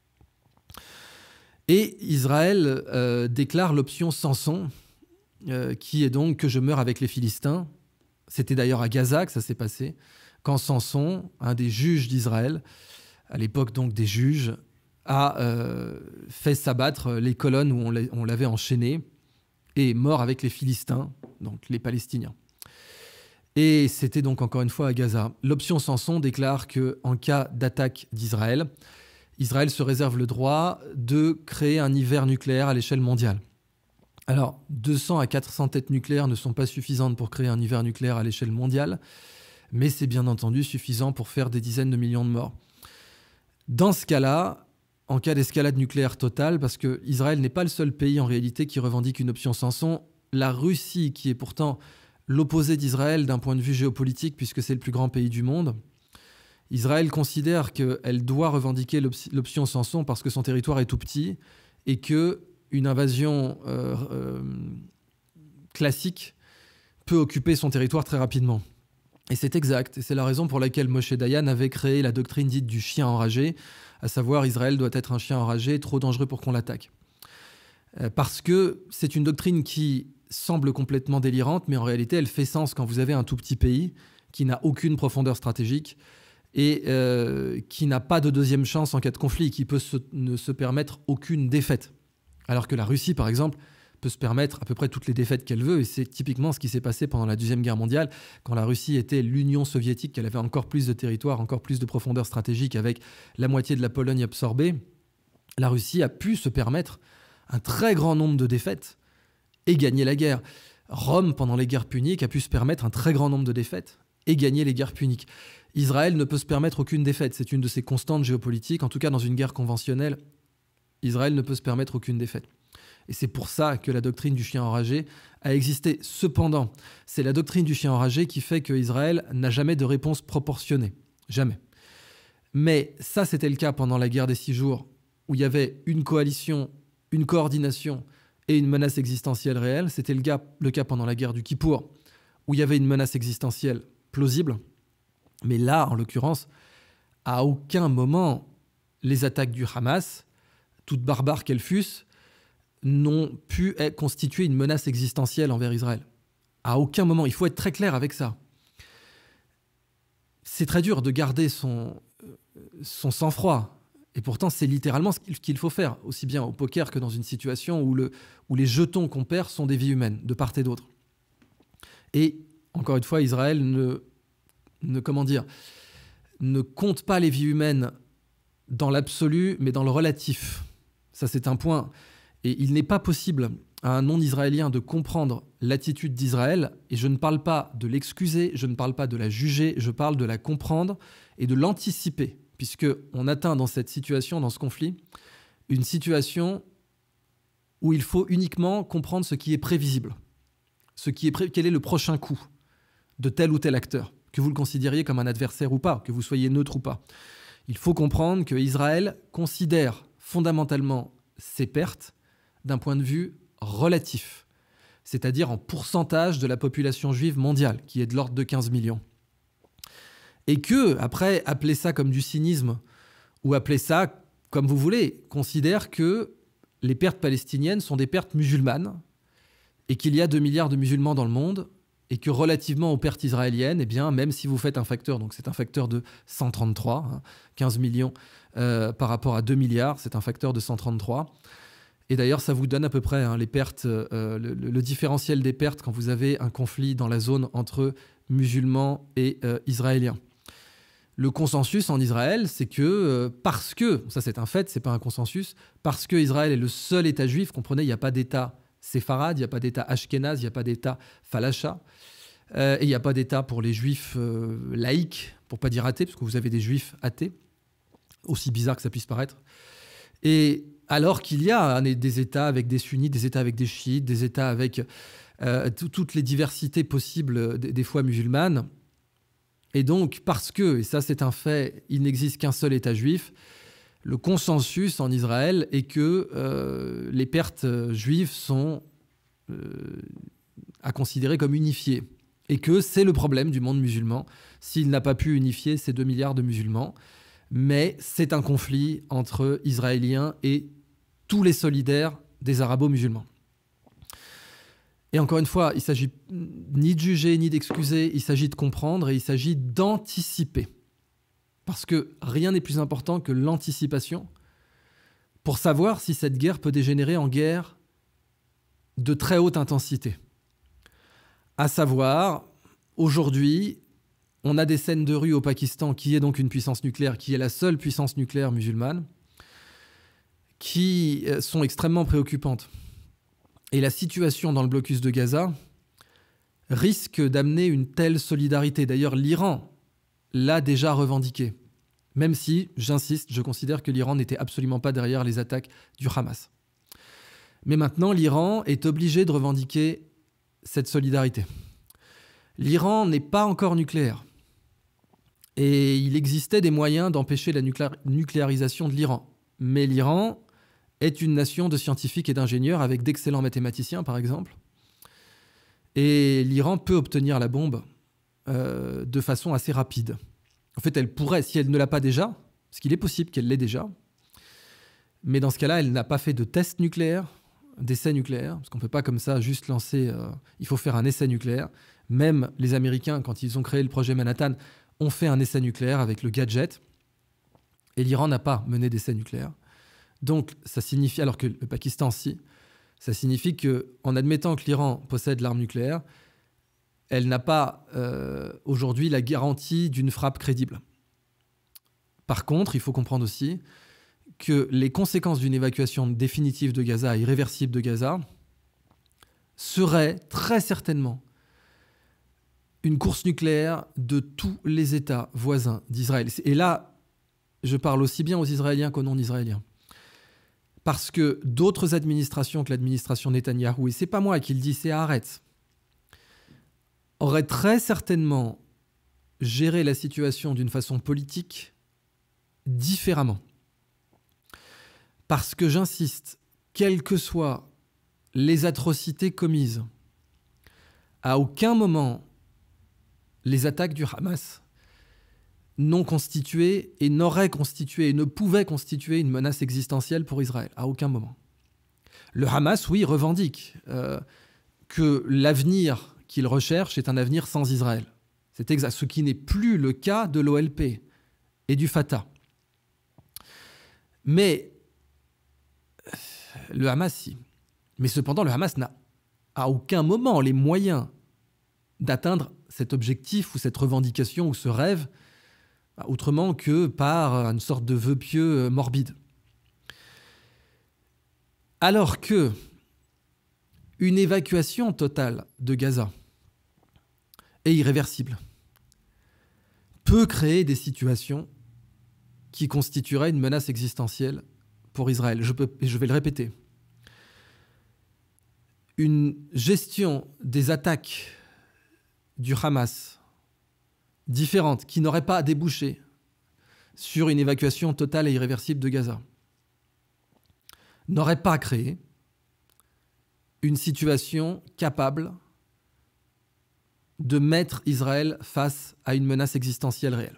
S1: Et Israël euh, déclare l'option Samson, euh, qui est donc que je meurs avec les Philistins. C'était d'ailleurs à Gaza que ça s'est passé, quand Samson, un des juges d'Israël, à l'époque donc des juges, a euh, fait s'abattre les colonnes où on l'avait enchaîné et est mort avec les Philistins, donc les Palestiniens. Et c'était donc encore une fois à Gaza. L'option Samson déclare qu'en cas d'attaque d'Israël, Israël se réserve le droit de créer un hiver nucléaire à l'échelle mondiale. Alors, deux cents à quatre cents têtes nucléaires ne sont pas suffisantes pour créer un hiver nucléaire à l'échelle mondiale, mais c'est bien entendu suffisant pour faire des dizaines de millions de morts. Dans ce cas-là, en cas d'escalade nucléaire totale, parce qu'Israël n'est pas le seul pays en réalité qui revendique une option Samson, la Russie, qui est pourtant l'opposé d'Israël d'un point de vue géopolitique, puisque c'est le plus grand pays du monde, Israël considère qu'elle doit revendiquer l'option Samson parce que son territoire est tout petit et que une invasion euh, euh, classique peut occuper son territoire très rapidement. Et c'est exact. Et c'est la raison pour laquelle Moshe Dayan avait créé la doctrine dite du chien enragé, à savoir Israël doit être un chien enragé, trop dangereux pour qu'on l'attaque. Euh, parce que c'est une doctrine qui semble complètement délirante, mais en réalité, elle fait sens quand vous avez un tout petit pays qui n'a aucune profondeur stratégique et euh, qui n'a pas de deuxième chance en cas de conflit, qui peut se, ne se permettre aucune défaite. Alors que la Russie, par exemple, peut se permettre à peu près toutes les défaites qu'elle veut. Et c'est typiquement ce qui s'est passé pendant la Deuxième Guerre mondiale, quand la Russie était l'Union soviétique, qu'elle avait encore plus de territoire, encore plus de profondeur stratégique, avec la moitié de la Pologne absorbée. La Russie a pu se permettre un très grand nombre de défaites et gagner la guerre. Rome, pendant les guerres puniques, a pu se permettre un très grand nombre de défaites et gagner les guerres puniques. Israël ne peut se permettre aucune défaite. C'est une de ses constantes géopolitiques. En tout cas, dans une guerre conventionnelle, Israël ne peut se permettre aucune défaite. Et c'est pour ça que la doctrine du chien enragé a existé. Cependant, c'est la doctrine du chien enragé qui fait qu'Israël n'a jamais de réponse proportionnée. Jamais. Mais ça, c'était le cas pendant la guerre des six jours, où il y avait une coalition, une coordination et une menace existentielle réelle. C'était le cas, le cas pendant la guerre du Kippour, où il y avait une menace existentielle plausible. Mais là, en l'occurrence, à aucun moment, les attaques du Hamas, toutes barbares qu'elles fussent, n'ont pu constituer une menace existentielle envers Israël. À aucun moment. Il faut être très clair avec ça. C'est très dur de garder son, son sang-froid. Et pourtant, c'est littéralement ce qu'il faut faire, aussi bien au poker que dans une situation où, le, où les jetons qu'on perd sont des vies humaines, de part et d'autre. Et, encore une fois, Israël ne, ne, comment dire, ne compte pas les vies humaines dans l'absolu, mais dans le relatif. Ça, c'est un point. Et il n'est pas possible à un non-israélien de comprendre l'attitude d'Israël, et je ne parle pas de l'excuser, je ne parle pas de la juger, je parle de la comprendre et de l'anticiper, puisqu'on atteint dans cette situation, dans ce conflit, une situation où il faut uniquement comprendre ce qui est prévisible, ce qui est pré- quel est le prochain coup de tel ou tel acteur, que vous le considériez comme un adversaire ou pas, que vous soyez neutre ou pas. Il faut comprendre que Israël considère fondamentalement ses pertes d'un point de vue relatif, c'est-à-dire en pourcentage de la population juive mondiale, qui est de l'ordre de quinze millions. Et que, après, appeler ça comme du cynisme, ou appeler ça comme vous voulez, considère que les pertes palestiniennes sont des pertes musulmanes, et qu'il y a deux milliards de musulmans dans le monde, et que relativement aux pertes israéliennes, eh bien, même si vous faites un facteur, donc c'est un facteur de cent trente-trois, hein, quinze millions euh, par rapport à deux milliards, c'est un facteur de cent trente-trois. Et d'ailleurs, ça vous donne à peu près hein, les pertes, euh, le, le différentiel des pertes quand vous avez un conflit dans la zone entre musulmans et euh, israéliens. Le consensus en Israël, c'est que euh, parce que, ça c'est un fait, c'est pas un consensus, parce que Israël est le seul État juif, comprenez, il n'y a pas d'État séfarade, il n'y a pas d'État ashkénaze, il n'y a pas d'État falacha, euh, et il n'y a pas d'État pour les juifs euh, laïcs, pour pas dire athées, parce que vous avez des juifs athées, aussi bizarre que ça puisse paraître. Et alors qu'il y a des États avec des sunnites, des États avec des chiites, des États avec euh, toutes les diversités possibles des, des foi musulmanes. Et donc, parce que, et ça c'est un fait, il n'existe qu'un seul État juif, le consensus en Israël est que euh, les pertes juives sont euh, à considérer comme unifiées. Et que c'est le problème du monde musulman, s'il n'a pas pu unifier ces deux milliards de musulmans. Mais c'est un conflit entre Israéliens et tous les solidaires des arabo-musulmans. Et encore une fois, il ne s'agit ni de juger, ni d'excuser, il s'agit de comprendre et il s'agit d'anticiper. Parce que rien n'est plus important que l'anticipation pour savoir si cette guerre peut dégénérer en guerre de très haute intensité. À savoir, aujourd'hui, on a des scènes de rue au Pakistan, qui est donc une puissance nucléaire, qui est la seule puissance nucléaire musulmane, qui sont extrêmement préoccupantes. Et la situation dans le blocus de Gaza risque d'amener une telle solidarité. D'ailleurs, l'Iran l'a déjà revendiqué, même si, j'insiste, je considère que l'Iran n'était absolument pas derrière les attaques du Hamas. Mais maintenant, l'Iran est obligé de revendiquer cette solidarité. L'Iran n'est pas encore nucléaire. Et il existait des moyens d'empêcher la nucléar- nucléarisation de l'Iran. Mais l'Iran est une nation de scientifiques et d'ingénieurs avec d'excellents mathématiciens, par exemple. Et l'Iran peut obtenir la bombe euh, de façon assez rapide. En fait, elle pourrait, si elle ne l'a pas déjà, parce qu'il est possible qu'elle l'ait déjà, mais dans ce cas-là, elle n'a pas fait de test nucléaire, d'essai nucléaire, parce qu'on ne peut pas comme ça juste lancer... Euh, il faut faire un essai nucléaire. Même les Américains, quand ils ont créé le projet Manhattan, ont fait un essai nucléaire avec le gadget. Et l'Iran n'a pas mené d'essai nucléaire. Donc, ça signifie, alors que le Pakistan, si, ça signifie qu'en admettant que l'Iran possède l'arme nucléaire, elle n'a pas euh, aujourd'hui la garantie d'une frappe crédible. Par contre, il faut comprendre aussi que les conséquences d'une évacuation définitive de Gaza, irréversible de Gaza, seraient très certainement une course nucléaire de tous les États voisins d'Israël. Et là, je parle aussi bien aux Israéliens qu'aux non-Israéliens. Parce que d'autres administrations que l'administration Netanyahou, et c'est pas moi qui le dis, c'est Haaretz, auraient très certainement géré la situation d'une façon politique différemment. Parce que j'insiste, quelles que soient les atrocités commises, à aucun moment les attaques du Hamas n'ont constitué et n'auraient constitué et ne pouvaient constituer une menace existentielle pour Israël, à aucun moment. Le Hamas, oui, revendique euh, que l'avenir qu'il recherche est un avenir sans Israël. C'est exact, ce qui n'est plus le cas de l'O L P et du Fatah. Mais le Hamas, si. Mais cependant, le Hamas n'a à aucun moment les moyens d'atteindre cet objectif ou cette revendication ou ce rêve autrement que par une sorte de vœu pieux morbide. Alors que une évacuation totale de Gaza est irréversible, peut créer des situations qui constitueraient une menace existentielle pour Israël. Je peux, et je vais le répéter. Une gestion des attaques du Hamas différente, qui n'aurait pas débouché sur une évacuation totale et irréversible de Gaza, n'aurait pas créé une situation capable de mettre Israël face à une menace existentielle réelle.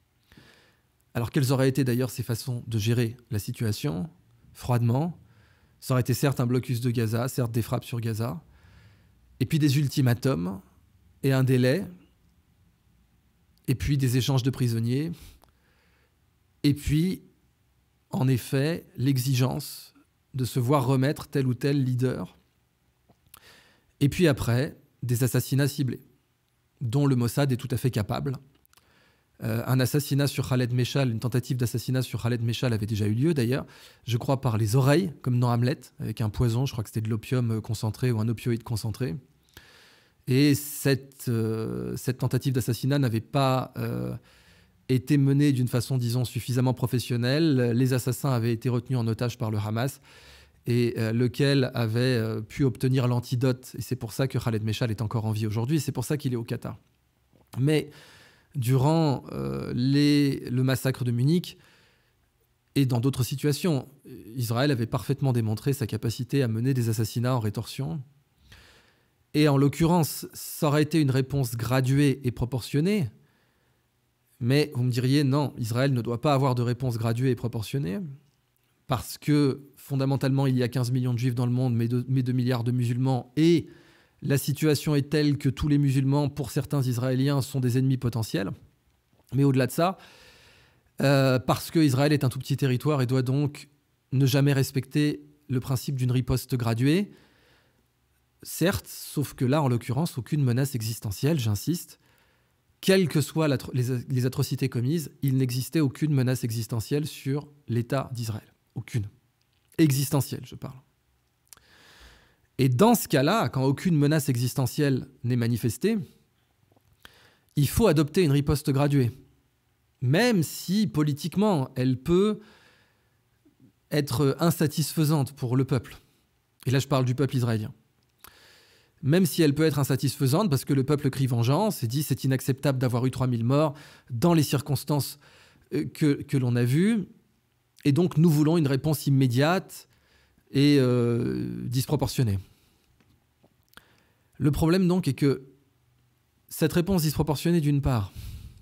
S1: Alors quelles auraient été d'ailleurs ces façons de gérer la situation, froidement? Ça aurait été certes un blocus de Gaza, certes des frappes sur Gaza, et puis des ultimatums et un délai, et puis des échanges de prisonniers, et puis, en effet, l'exigence de se voir remettre tel ou tel leader, et puis après, des assassinats ciblés, dont le Mossad est tout à fait capable. Euh, un assassinat sur Khaled Meshal, une tentative d'assassinat sur Khaled Meshal avait déjà eu lieu d'ailleurs, je crois par les oreilles, comme dans Hamlet, avec un poison, je crois que c'était de l'opium concentré ou un opioïde concentré. Et cette, euh, cette tentative d'assassinat n'avait pas euh, été menée d'une façon, disons, suffisamment professionnelle. Les assassins avaient été retenus en otage par le Hamas, et euh, lequel avait euh, pu obtenir l'antidote. Et c'est pour ça que Khaled Meshal est encore en vie aujourd'hui, et c'est pour ça qu'il est au Qatar. Mais durant euh, les, le massacre de Munich, et dans d'autres situations, Israël avait parfaitement démontré sa capacité à mener des assassinats en rétorsion. Et en l'occurrence, ça aurait été une réponse graduée et proportionnée. Mais vous me diriez, non, Israël ne doit pas avoir de réponse graduée et proportionnée, parce que fondamentalement, il y a quinze millions de juifs dans le monde, mais deux milliards de musulmans, et la situation est telle que tous les musulmans, pour certains Israéliens, sont des ennemis potentiels. Mais au-delà de ça, euh, parce qu'Israël est un tout petit territoire et doit donc ne jamais respecter le principe d'une riposte graduée, certes, sauf que là, en l'occurrence, aucune menace existentielle, j'insiste. Quelles que soient les, les atrocités commises, il n'existait aucune menace existentielle sur l'État d'Israël. Aucune. Existentielle, je parle. Et dans ce cas-là, quand aucune menace existentielle n'est manifestée, il faut adopter une riposte graduée. Même si, politiquement, elle peut être insatisfaisante pour le peuple. Et là, je parle du peuple israélien. Même si elle peut être insatisfaisante, parce que le peuple crie vengeance et dit c'est inacceptable d'avoir eu trois mille morts dans les circonstances que, que l'on a vues. Et donc, nous voulons une réponse immédiate et euh, disproportionnée. Le problème, donc, est que cette réponse disproportionnée, d'une part,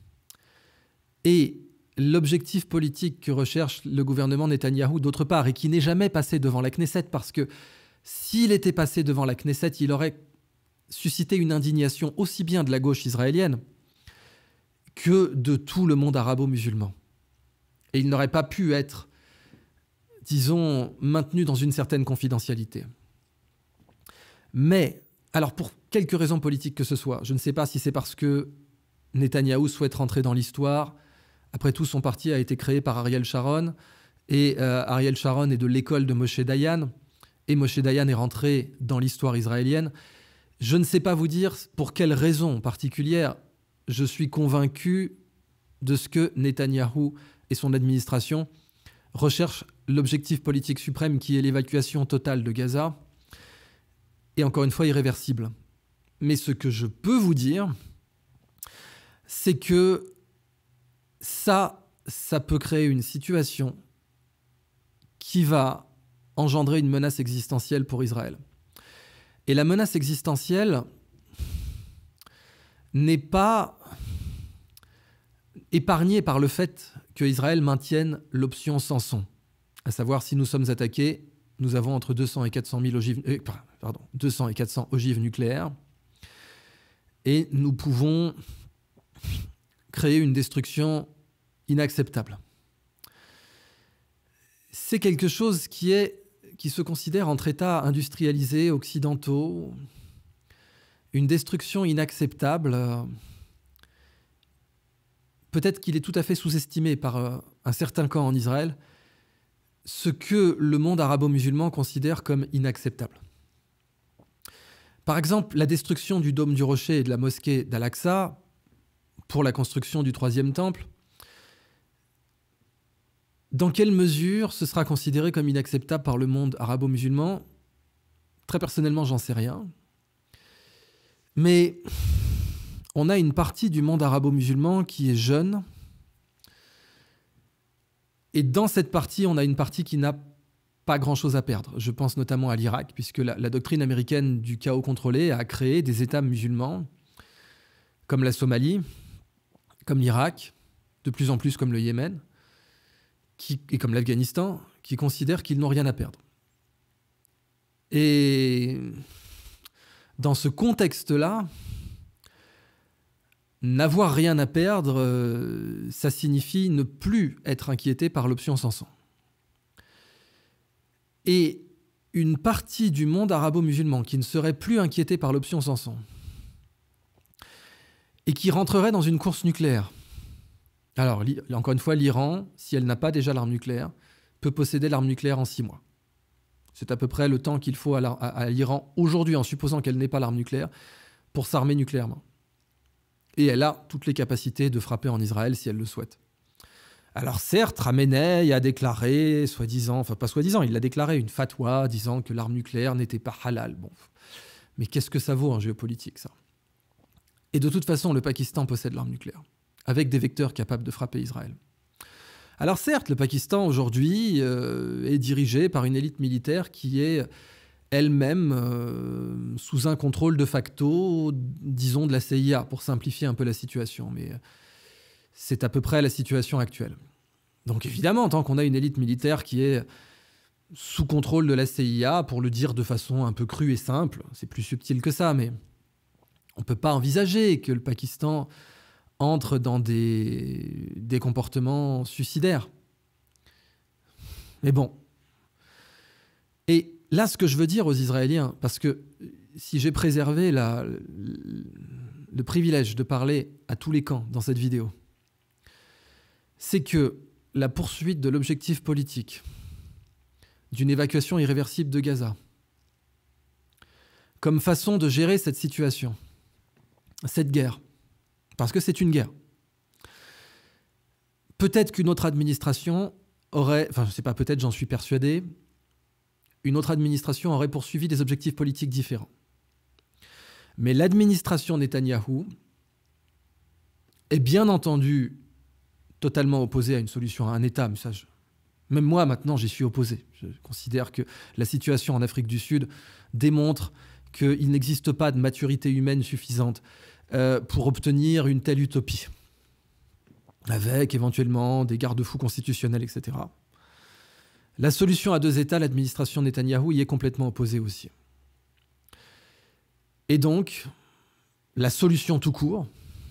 S1: et l'objectif politique que recherche le gouvernement Netanyahou, d'autre part, et qui n'est jamais passé devant la Knesset, parce que s'il était passé devant la Knesset, il aurait suscité une indignation aussi bien de la gauche israélienne que de tout le monde arabo-musulman. Et il n'aurait pas pu être, disons, maintenu dans une certaine confidentialité. Mais, alors pour quelque raison politique que ce soit, je ne sais pas si c'est parce que Netanyahou souhaite rentrer dans l'histoire. Après tout, son parti a été créé par Ariel Sharon, et euh, Ariel Sharon est de l'école de Moshe Dayan, et Moshe Dayan est rentré dans l'histoire israélienne. Je ne sais pas vous dire pour quelle raison particulière je suis convaincu de ce que Netanyahou et son administration recherchent l'objectif politique suprême qui est l'évacuation totale de Gaza, et encore une fois irréversible. Mais ce que je peux vous dire, c'est que ça, ça peut créer une situation qui va engendrer une menace existentielle pour Israël. Et la menace existentielle n'est pas épargnée par le fait que Israël maintienne l'option Samson, à savoir si nous sommes attaqués, nous avons entre deux cents et quatre cent mille ogives, euh, pardon, deux cents et quatre cents ogives nucléaires, et nous pouvons créer une destruction inacceptable. C'est quelque chose qui est, qui se considère entre États industrialisés, occidentaux, une destruction inacceptable. Peut-être qu'il est tout à fait sous-estimé par un certain camp en Israël, ce que le monde arabo-musulman considère comme inacceptable. Par exemple, la destruction du dôme du Rocher et de la mosquée d'Al-Aqsa pour la construction du troisième temple, dans quelle mesure ce sera considéré comme inacceptable par le monde arabo-musulman? Très personnellement, j'en sais rien. Mais on a une partie du monde arabo-musulman qui est jeune. Et dans cette partie, on a une partie qui n'a pas grand-chose à perdre. Je pense notamment à l'Irak, puisque la, la doctrine américaine du chaos contrôlé a créé des États musulmans, comme la Somalie, comme l'Irak, de plus en plus comme le Yémen, qui, et comme l'Afghanistan, qui considèrent qu'ils n'ont rien à perdre. Et dans ce contexte-là, n'avoir rien à perdre, euh, ça signifie ne plus être inquiété par l'option Samson. Et une partie du monde arabo-musulman qui ne serait plus inquiété par l'option Samson et qui rentrerait dans une course nucléaire. Alors, encore une fois, l'Iran, si elle n'a pas déjà l'arme nucléaire, peut posséder l'arme nucléaire en six mois. C'est à peu près le temps qu'il faut à, la, à, à l'Iran aujourd'hui, en supposant qu'elle n'ait pas l'arme nucléaire, pour s'armer nucléairement. Et elle a toutes les capacités de frapper en Israël si elle le souhaite. Alors certes, Khamenei a déclaré, soi-disant, enfin pas soi-disant, il a déclaré une fatwa disant que l'arme nucléaire n'était pas halal. Bon, mais qu'est-ce que ça vaut en géopolitique, ça? Et de toute façon, le Pakistan possède l'arme nucléaire, avec des vecteurs capables de frapper Israël. Alors certes, le Pakistan aujourd'hui euh, est dirigé par une élite militaire qui est elle-même euh, sous un contrôle de facto, disons, de la C I A, pour simplifier un peu la situation. Mais c'est à peu près la situation actuelle. Donc évidemment, tant qu'on a une élite militaire qui est sous contrôle de la C I A, pour le dire de façon un peu crue et simple, c'est plus subtil que ça, mais on ne peut pas envisager que le Pakistan entre dans des, des comportements suicidaires. Mais bon. Et là, ce que je veux dire aux Israéliens, parce que si j'ai préservé la, le privilège de parler à tous les camps dans cette vidéo, c'est que la poursuite de l'objectif politique d'une évacuation irréversible de Gaza, comme façon de gérer cette situation, cette guerre, parce que c'est une guerre. Peut-être qu'une autre administration aurait, enfin je ne sais pas, peut-être, j'en suis persuadé, une autre administration aurait poursuivi des objectifs politiques différents. Mais l'administration Netanyahou est bien entendu totalement opposée à une solution à un État. Mais ça, je... Même moi, maintenant, j'y suis opposé. Je considère que la situation en Afrique du Sud démontre qu'il n'existe pas de maturité humaine suffisante euh, pour obtenir une telle utopie, avec éventuellement des garde-fous constitutionnels, et cetera. La solution à deux États, l'administration Netanyahou y est complètement opposée aussi. Et donc, la solution tout court,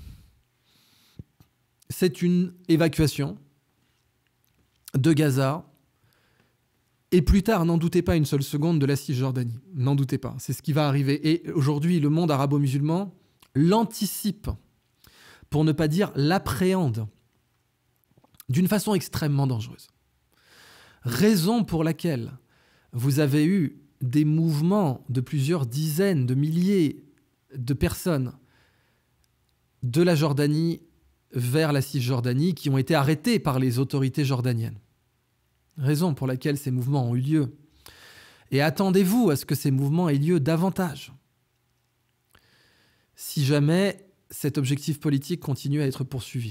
S1: c'est une évacuation de Gaza et plus tard, n'en doutez pas une seule seconde, de la Cisjordanie. N'en doutez pas, c'est ce qui va arriver. Et aujourd'hui, le monde arabo-musulman l'anticipe, pour ne pas dire l'appréhende, d'une façon extrêmement dangereuse. Raison pour laquelle vous avez eu des mouvements de plusieurs dizaines de milliers de personnes de la Jordanie vers la Cisjordanie qui ont été arrêtées par les autorités jordaniennes. Raison pour laquelle ces mouvements ont eu lieu. Et attendez-vous à ce que ces mouvements aient lieu davantage, si jamais cet objectif politique continue à être poursuivi.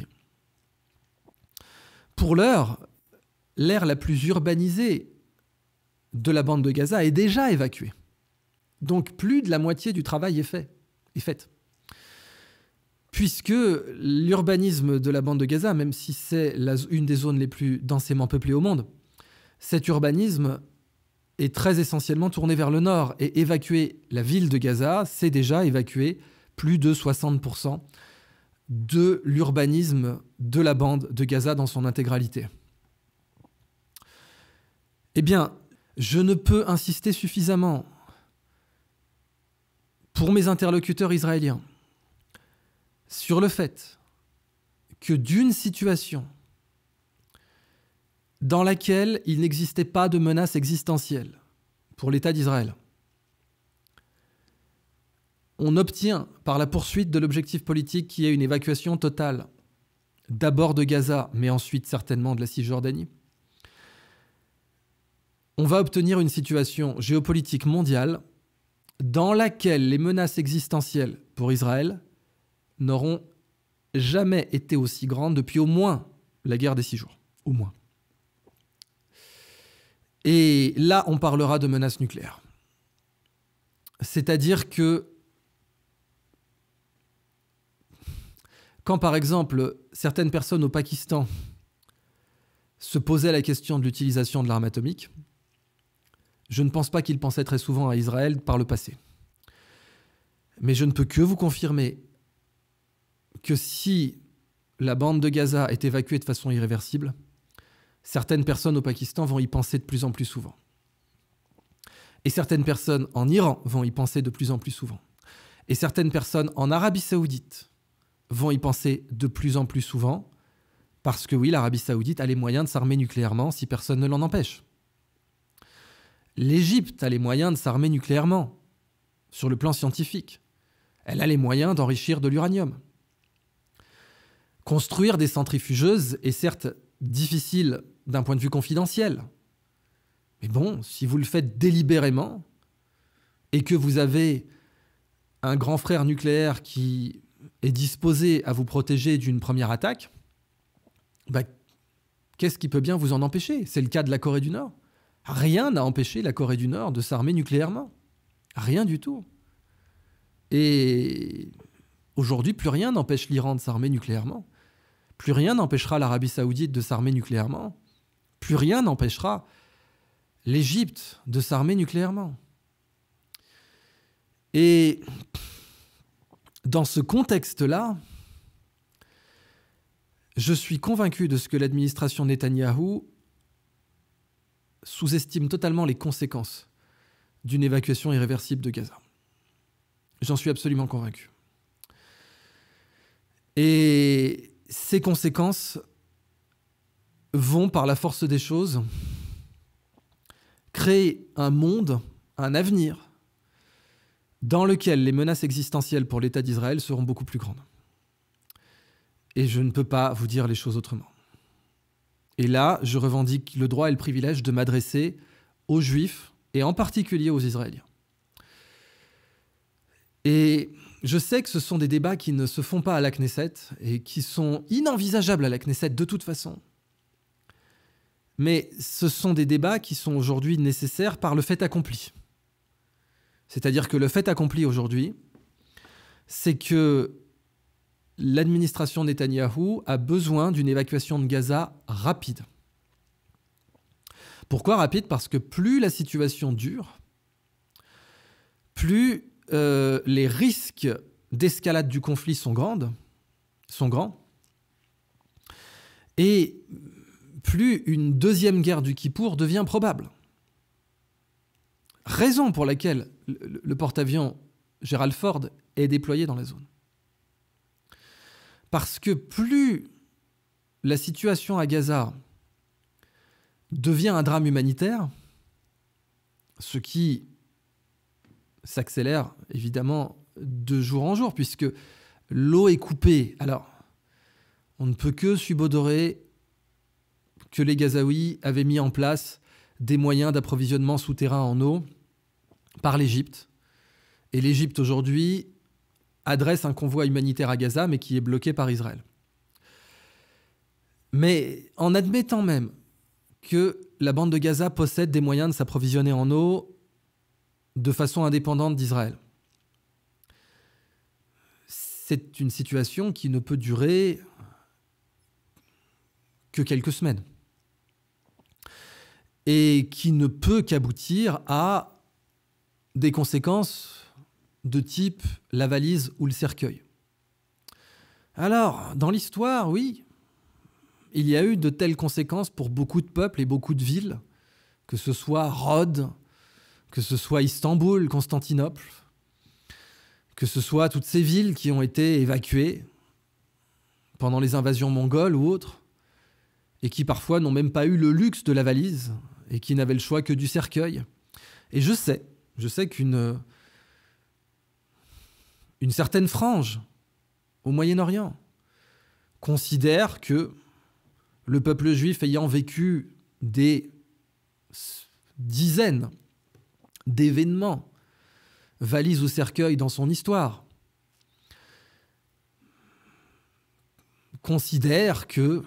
S1: Pour l'heure, l'aire la plus urbanisée de la bande de Gaza est déjà évacuée. Donc plus de la moitié du travail est fait, est faite. Puisque l'urbanisme de la bande de Gaza, même si c'est la, une des zones les plus densément peuplées au monde, cet urbanisme est très essentiellement tourné vers le nord. Et évacuer la ville de Gaza, c'est déjà évacuer plus de soixante pour cent de l'urbanisme de la bande de Gaza dans son intégralité. Eh bien, je ne peux insister suffisamment pour mes interlocuteurs israéliens sur le fait que d'une situation dans laquelle il n'existait pas de menace existentielle pour l'État d'Israël, on obtient par la poursuite de l'objectif politique qui est une évacuation totale, d'abord de Gaza, mais ensuite certainement de la Cisjordanie, on va obtenir une situation géopolitique mondiale dans laquelle les menaces existentielles pour Israël n'auront jamais été aussi grandes depuis au moins la guerre des six jours, au moins. Et là, on parlera de menaces nucléaires. C'est-à-dire que quand, par exemple, certaines personnes au Pakistan se posaient la question de l'utilisation de l'arme atomique, je ne pense pas qu'ils pensaient très souvent à Israël par le passé. Mais je ne peux que vous confirmer que si la bande de Gaza est évacuée de façon irréversible, certaines personnes au Pakistan vont y penser de plus en plus souvent. Et certaines personnes en Iran vont y penser de plus en plus souvent. Et certaines personnes en Arabie Saoudite vont y penser de plus en plus souvent, parce que oui, l'Arabie Saoudite a les moyens de s'armer nucléairement si personne ne l'en empêche. L'Égypte a les moyens de s'armer nucléairement, sur le plan scientifique. Elle a les moyens d'enrichir de l'uranium. Construire des centrifugeuses est certes difficile d'un point de vue confidentiel. Mais bon, si vous le faites délibérément et que vous avez un grand frère nucléaire qui est disposé à vous protéger d'une première attaque, bah, qu'est-ce qui peut bien vous en empêcher? C'est le cas de la Corée du Nord. Rien n'a empêché la Corée du Nord de s'armer nucléairement. Rien du tout. Et aujourd'hui, plus rien n'empêche l'Iran de s'armer nucléairement. Plus rien n'empêchera l'Arabie Saoudite de s'armer nucléairement. Plus rien n'empêchera l'Égypte de s'armer nucléairement. Et dans ce contexte-là, je suis convaincu de ce que l'administration Netanyahou sous-estime totalement les conséquences d'une évacuation irréversible de Gaza. J'en suis absolument convaincu. Et ces conséquences vont, par la force des choses, créer un monde, un avenir, dans lequel les menaces existentielles pour l'État d'Israël seront beaucoup plus grandes. Et je ne peux pas vous dire les choses autrement. Et là, je revendique le droit et le privilège de m'adresser aux Juifs, et en particulier aux Israéliens. Et je sais que ce sont des débats qui ne se font pas à la Knesset, et qui sont inenvisageables à la Knesset de toute façon. Mais ce sont des débats qui sont aujourd'hui nécessaires par le fait accompli. C'est-à-dire que le fait accompli aujourd'hui, c'est que l'administration Netanyahou a besoin d'une évacuation de Gaza rapide. Pourquoi rapide? Parce que plus la situation dure, plus euh, les risques d'escalade du conflit sont, grandes, sont grands, et plus une deuxième guerre du Kippour devient probable. Raison pour laquelle le, le porte-avions Gerald Ford est déployé dans la zone. Parce que plus la situation à Gaza devient un drame humanitaire, ce qui s'accélère évidemment de jour en jour, puisque l'eau est coupée. Alors, on ne peut que subodorer que les Gazaouis avaient mis en place des moyens d'approvisionnement souterrain en eau par l'Égypte. Et l'Égypte, aujourd'hui, adresse un convoi humanitaire à Gaza, mais qui est bloqué par Israël. Mais en admettant même que la bande de Gaza possède des moyens de s'approvisionner en eau de façon indépendante d'Israël, c'est une situation qui ne peut durer que quelques semaines et qui ne peut qu'aboutir à des conséquences de type la valise ou le cercueil. Alors, dans l'histoire, oui, il y a eu de telles conséquences pour beaucoup de peuples et beaucoup de villes, que ce soit Rhodes, que ce soit Istanbul, Constantinople, que ce soit toutes ces villes qui ont été évacuées pendant les invasions mongoles ou autres, et qui parfois n'ont même pas eu le luxe de la valise, et qui n'avaient le choix que du cercueil. Et je sais, je sais qu'une une certaine frange au Moyen-Orient considère que le peuple juif ayant vécu des dizaines d'événements, valise ou cercueil dans son histoire, considère que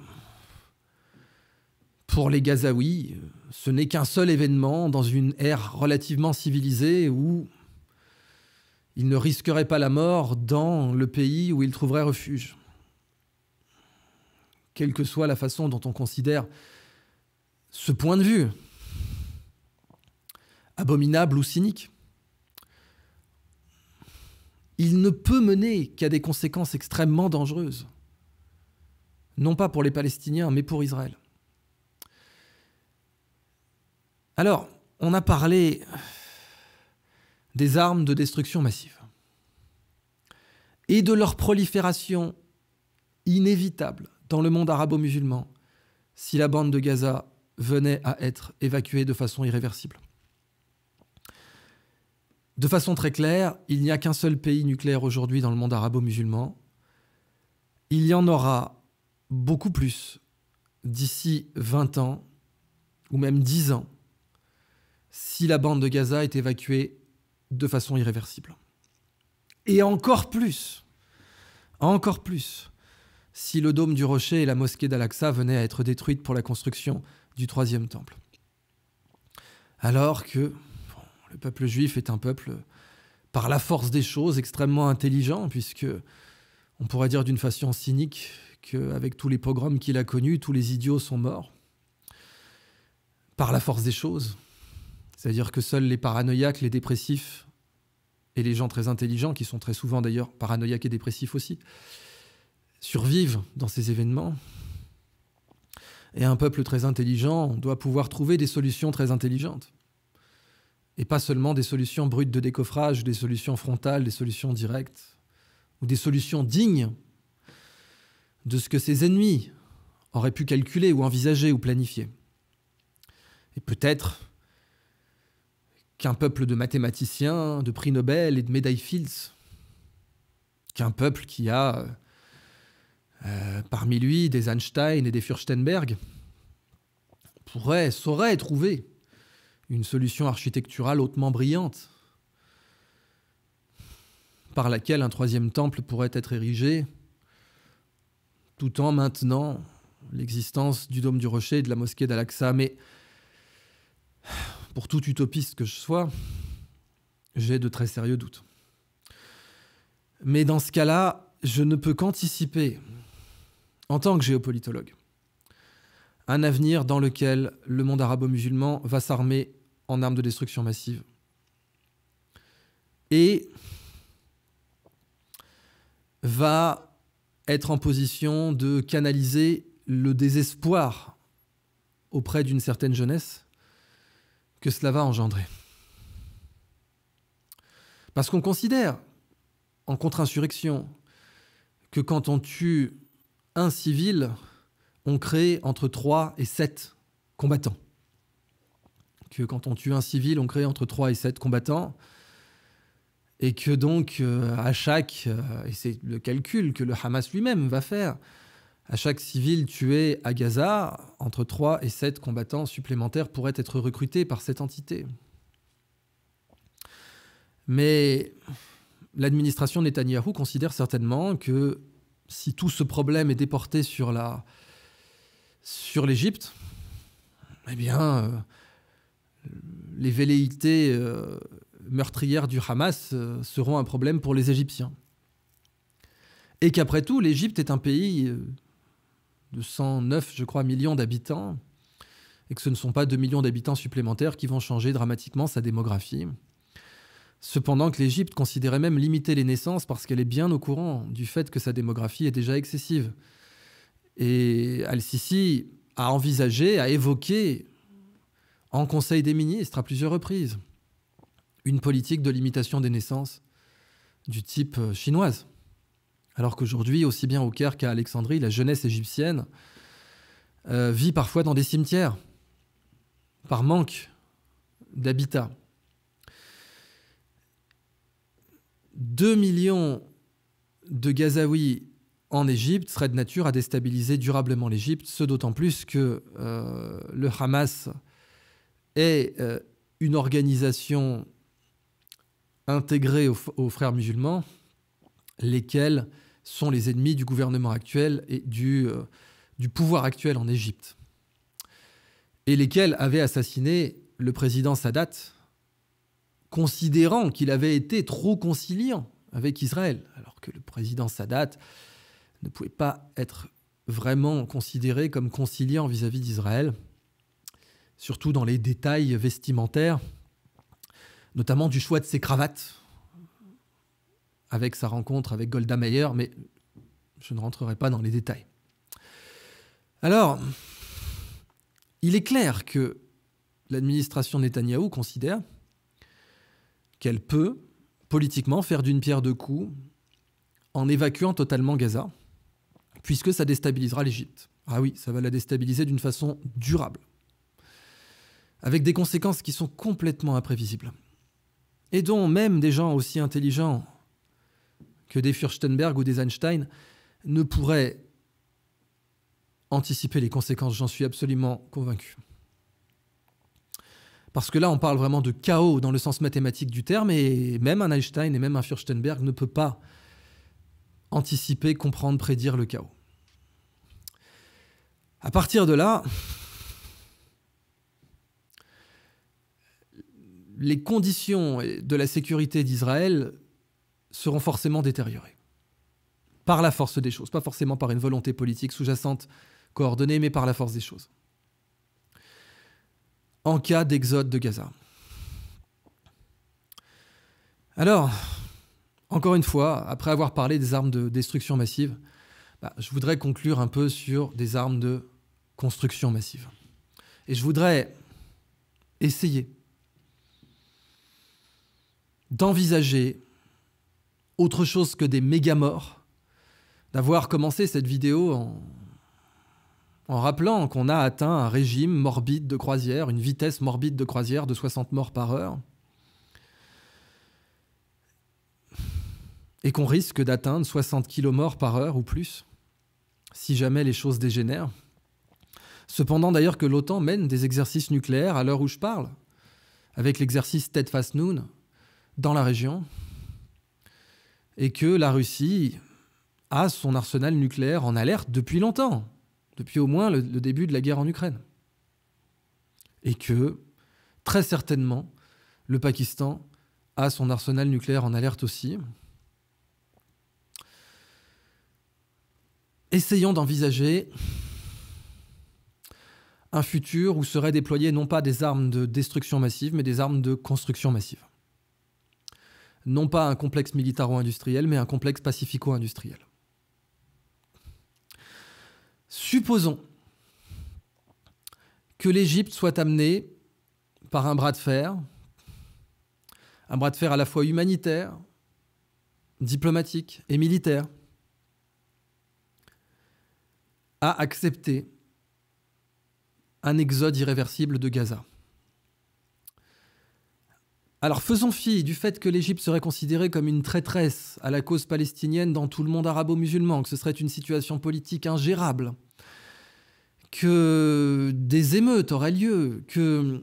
S1: pour les Gazaouis, ce n'est qu'un seul événement dans une ère relativement civilisée où ils ne risqueraient pas la mort dans le pays où ils trouveraient refuge. Quelle que soit la façon dont on considère ce point de vue, abominable ou cynique, il ne peut mener qu'à des conséquences extrêmement dangereuses, non pas pour les Palestiniens, mais pour Israël. Alors, on a parlé des armes de destruction massive et de leur prolifération inévitable dans le monde arabo-musulman si la bande de Gaza venait à être évacuée de façon irréversible. De façon très claire, il n'y a qu'un seul pays nucléaire aujourd'hui dans le monde arabo-musulman. Il y en aura beaucoup plus d'ici vingt ans, ou même dix ans, si la bande de Gaza est évacuée de façon irréversible. Et encore plus, encore plus, si le dôme du Rocher et la mosquée d'Al-Aqsa venaient à être détruites pour la construction du troisième temple. Alors que bon, le peuple juif est un peuple, par la force des choses, extrêmement intelligent, puisque on pourrait dire d'une façon cynique qu'avec tous les pogroms qu'il a connus, tous les idiots sont morts. Par la force des choses. C'est-à-dire que seuls les paranoïaques, les dépressifs et les gens très intelligents, qui sont très souvent d'ailleurs paranoïaques et dépressifs aussi, survivent dans ces événements. Et un peuple très intelligent doit pouvoir trouver des solutions très intelligentes. Et pas seulement des solutions brutes de décoffrage, des solutions frontales, des solutions directes, ou des solutions dignes de ce que ses ennemis auraient pu calculer ou envisager ou planifier. Et peut-être qu'un peuple de mathématiciens, de prix Nobel et de médailles Fields, qu'un peuple qui a euh, parmi lui des Einstein et des Furstenberg, pourrait, saurait trouver une solution architecturale hautement brillante par laquelle un troisième temple pourrait être érigé, tout en maintenant l'existence du dôme du Rocher et de la mosquée d'Al-Aqsa. Mais pour tout utopiste que je sois, j'ai de très sérieux doutes. Mais dans ce cas-là, je ne peux qu'anticiper, en tant que géopolitologue, un avenir dans lequel le monde arabo-musulman va s'armer en armes de destruction massive et va être en position de canaliser le désespoir auprès d'une certaine jeunesse que cela va engendrer. Parce qu'on considère, en contre-insurrection, que quand on tue un civil, on crée entre trois et sept combattants. Que quand on tue un civil, on crée entre trois et sept combattants. Et que donc, euh, à chaque, euh, et c'est le calcul que le Hamas lui-même va faire, à chaque civil tué à Gaza, entre trois et sept combattants supplémentaires pourraient être recrutés par cette entité. Mais l'administration Netanyahou considère certainement que si tout ce problème est déporté sur la, sur l'Égypte, eh bien, euh, les velléités euh, meurtrières du Hamas euh, seront un problème pour les Égyptiens. Et qu'après tout, l'Égypte est un pays euh, de cent neuf, je crois, millions d'habitants, et que ce ne sont pas deux millions d'habitants supplémentaires qui vont changer dramatiquement sa démographie. Cependant que l'Égypte considérait même limiter les naissances parce qu'elle est bien au courant du fait que sa démographie est déjà excessive. Et Al-Sisi a envisagé, a évoqué en Conseil des ministres à plusieurs reprises une politique de limitation des naissances du type chinoise. Alors qu'aujourd'hui, aussi bien au Caire qu'à Alexandrie, la jeunesse égyptienne euh, vit parfois dans des cimetières par manque d'habitat. deux millions de Gazaouis en Égypte seraient de nature à déstabiliser durablement l'Égypte, ce d'autant plus que euh, le Hamas est euh, une organisation intégrée aux, aux frères musulmans, lesquels sont les ennemis du gouvernement actuel et du, euh, du pouvoir actuel en Égypte, et lesquels avaient assassiné le président Sadat, considérant qu'il avait été trop conciliant avec Israël, alors que le président Sadat ne pouvait pas être vraiment considéré comme conciliant vis-à-vis d'Israël, surtout dans les détails vestimentaires, notamment du choix de ses cravates, avec sa rencontre avec Golda Meir, mais je ne rentrerai pas dans les détails. Alors, il est clair que l'administration Netanyahou considère qu'elle peut, politiquement, faire d'une pierre deux coups en évacuant totalement Gaza, puisque ça déstabilisera l'Égypte. Ah oui, ça va la déstabiliser d'une façon durable, avec des conséquences qui sont complètement imprévisibles, et dont même des gens aussi intelligents que des Furstenberg ou des Einstein ne pourraient anticiper les conséquences, j'en suis absolument convaincu. Parce que là, on parle vraiment de chaos dans le sens mathématique du terme, et même un Einstein et même un Furstenberg ne peut pas anticiper, comprendre, prédire le chaos. À partir de là, les conditions de la sécurité d'Israël seront forcément détériorées. Par la force des choses, pas forcément par une volonté politique sous-jacente coordonnée, mais par la force des choses. En cas d'exode de Gaza. Alors, encore une fois, après avoir parlé des armes de destruction massive, bah, je voudrais conclure un peu sur des armes de construction massive. Et je voudrais essayer d'envisager autre chose que des méga-morts, d'avoir commencé cette vidéo en... en rappelant qu'on a atteint un régime morbide de croisière, une vitesse morbide de croisière de soixante morts par heure, et qu'on risque d'atteindre soixante kilomorts par heure ou plus, si jamais les choses dégénèrent. Cependant, d'ailleurs, que l'OTAN mène des exercices nucléaires à l'heure où je parle, avec l'exercice Steadfast Noon dans la région, et que la Russie a son arsenal nucléaire en alerte depuis longtemps, depuis au moins le, le début de la guerre en Ukraine. Et que, très certainement, le Pakistan a son arsenal nucléaire en alerte aussi. Essayons d'envisager un futur où seraient déployées non pas des armes de destruction massive, mais des armes de construction massive. Non pas un complexe militaro-industriel, mais un complexe pacifico-industriel. Supposons que l'Égypte soit amenée par un bras de fer, un bras de fer à la fois humanitaire, diplomatique et militaire, à accepter un exode irréversible de Gaza. Alors faisons fi du fait que l'Égypte serait considérée comme une traîtresse à la cause palestinienne dans tout le monde arabo-musulman, que ce serait une situation politique ingérable, que des émeutes auraient lieu, que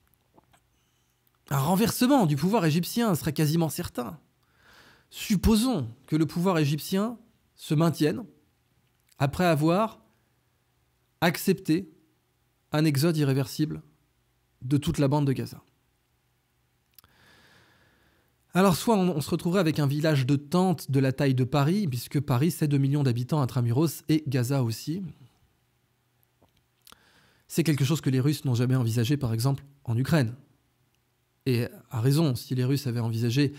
S1: un renversement du pouvoir égyptien serait quasiment certain. Supposons que le pouvoir égyptien se maintienne après avoir accepté un exode irréversible de toute la bande de Gaza. Alors soit on, on se retrouverait avec un village de tentes de la taille de Paris, puisque Paris c'est deux millions d'habitants intramuros et Gaza aussi. C'est quelque chose que les Russes n'ont jamais envisagé par exemple en Ukraine. Et à raison, si les Russes avaient envisagé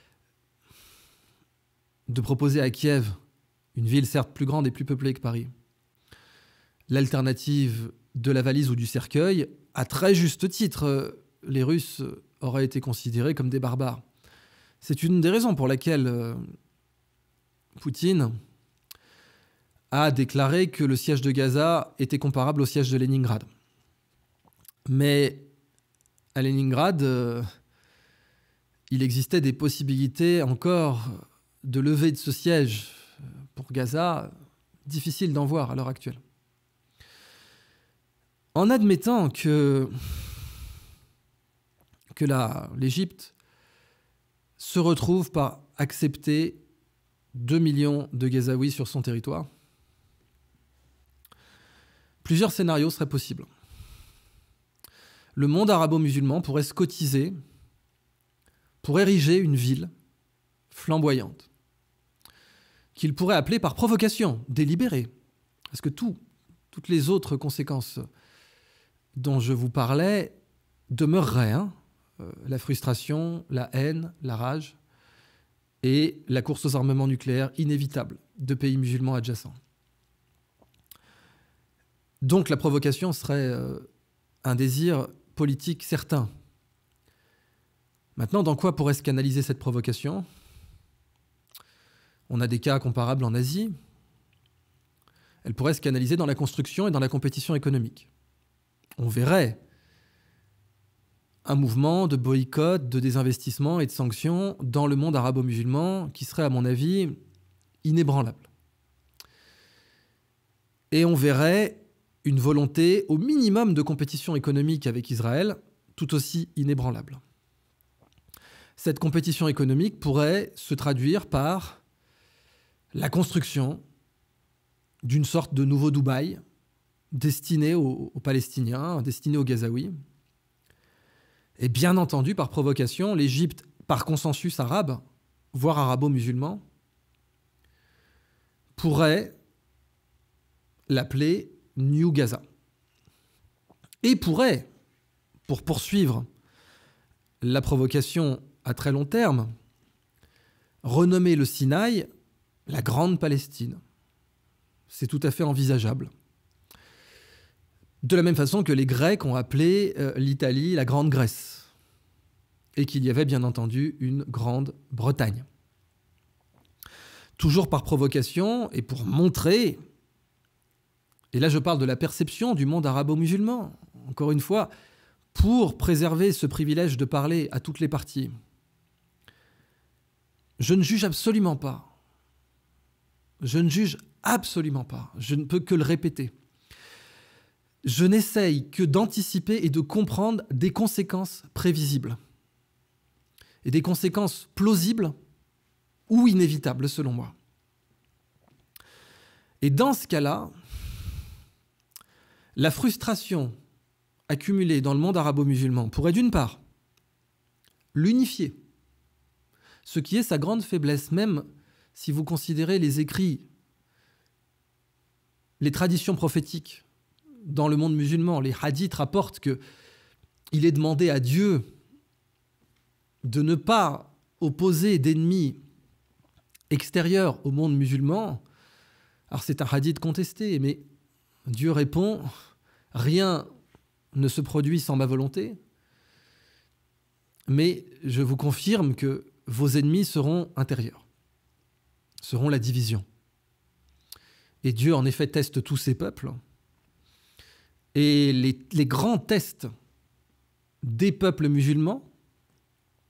S1: de proposer à Kiev, une ville certes plus grande et plus peuplée que Paris, l'alternative de la valise ou du cercueil, à très juste titre, les Russes auraient été considérés comme des barbares. C'est une des raisons pour laquelle Poutine a déclaré que le siège de Gaza était comparable au siège de Leningrad. Mais à Leningrad, euh, il existait des possibilités encore de lever de ce siège. Pour Gaza, difficile d'en voir à l'heure actuelle. En admettant que, que la, l'Égypte se retrouve par accepter deux millions de Gazaouis sur son territoire, plusieurs scénarios seraient possibles. Le monde arabo-musulman pourrait se cotiser pour ériger une ville flamboyante, qu'il pourrait appeler par provocation, délibérée. Parce que tout, toutes les autres conséquences dont je vous parlais demeureraient. Hein, euh, la frustration, la haine, la rage et la course aux armements nucléaires inévitable de pays musulmans adjacents. Donc la provocation serait euh, un désir politique certain. Maintenant, dans quoi pourrait se canaliser cette provocation ? On a des cas comparables en Asie. Elle pourrait se canaliser dans la construction et dans la compétition économique. On verrait un mouvement de boycott, de désinvestissement et de sanctions dans le monde arabo-musulman qui serait, à mon avis, inébranlable. Et on verrait une volonté au minimum de compétition économique avec Israël, tout aussi inébranlable. Cette compétition économique pourrait se traduire par la construction d'une sorte de nouveau Dubaï destiné aux, aux Palestiniens, destiné aux Gazaouis. Et bien entendu, par provocation, l'Égypte, par consensus arabe, voire arabo-musulman, pourrait l'appeler New Gaza. Et pourrait, pour poursuivre la provocation à très long terme, renommer le Sinaï la Grande Palestine. C'est tout à fait envisageable. De la même façon que les Grecs ont appelé euh, l'Italie la Grande Grèce, et qu'il y avait bien entendu une Grande Bretagne. Toujours par provocation et pour montrer, et là je parle de la perception du monde arabo-musulman, encore une fois, pour préserver ce privilège de parler à toutes les parties. Je ne juge absolument pas. Je ne juge absolument pas. Je ne peux que le répéter. Je n'essaye que d'anticiper et de comprendre des conséquences prévisibles. Et des conséquences plausibles ou inévitables, selon moi. Et dans ce cas-là, la frustration accumulée dans le monde arabo-musulman pourrait d'une part l'unifier, ce qui est sa grande faiblesse, même si vous considérez les écrits, les traditions prophétiques dans le monde musulman. Les hadiths rapportent qu'il est demandé à Dieu de ne pas opposer d'ennemis extérieurs au monde musulman. Alors c'est un hadith contesté, mais Dieu répond « Rien ne se produit sans ma volonté, mais je vous confirme que vos ennemis seront intérieurs, seront la division. » Et Dieu, en effet, teste tous ces peuples. Et les, les grands tests des peuples musulmans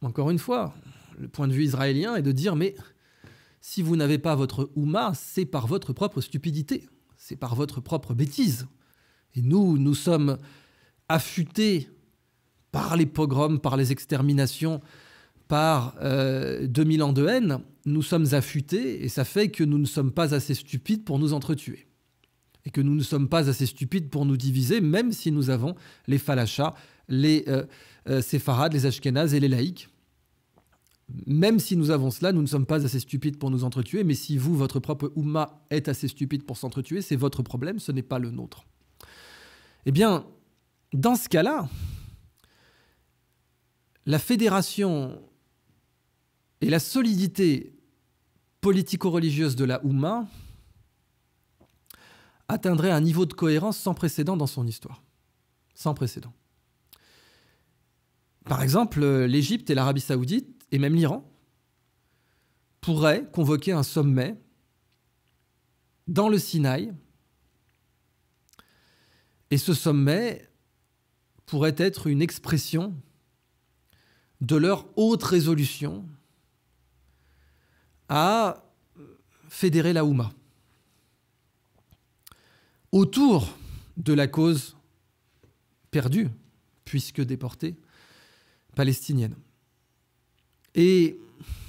S1: encore une fois, le point de vue israélien est de dire, mais si vous n'avez pas votre Houma, c'est par votre propre stupidité, c'est par votre propre bêtise. Et nous, nous sommes affûtés par les pogroms, par les exterminations, par euh, deux mille ans de haine, nous sommes affûtés et ça fait que nous ne sommes pas assez stupides pour nous entretuer. Et que nous ne sommes pas assez stupides pour nous diviser, même si nous avons les falachas, les euh, euh, séfarades, les ashkénazes et les laïcs. Même si nous avons cela, nous ne sommes pas assez stupides pour nous entretuer, mais si vous, votre propre Oumma, est assez stupide pour s'entretuer, c'est votre problème, ce n'est pas le nôtre. Eh bien, dans ce cas-là, la fédération et la solidité politico-religieuse de la Oumma atteindrait un niveau de cohérence sans précédent dans son histoire. Sans précédent. Par exemple, l'Égypte et l'Arabie Saoudite, et même l'Iran, pourraient convoquer un sommet dans le Sinaï, et ce sommet pourrait être une expression de leur haute résolution à fédérer la Oumma autour de la cause perdue, puisque déportée, palestinienne. Et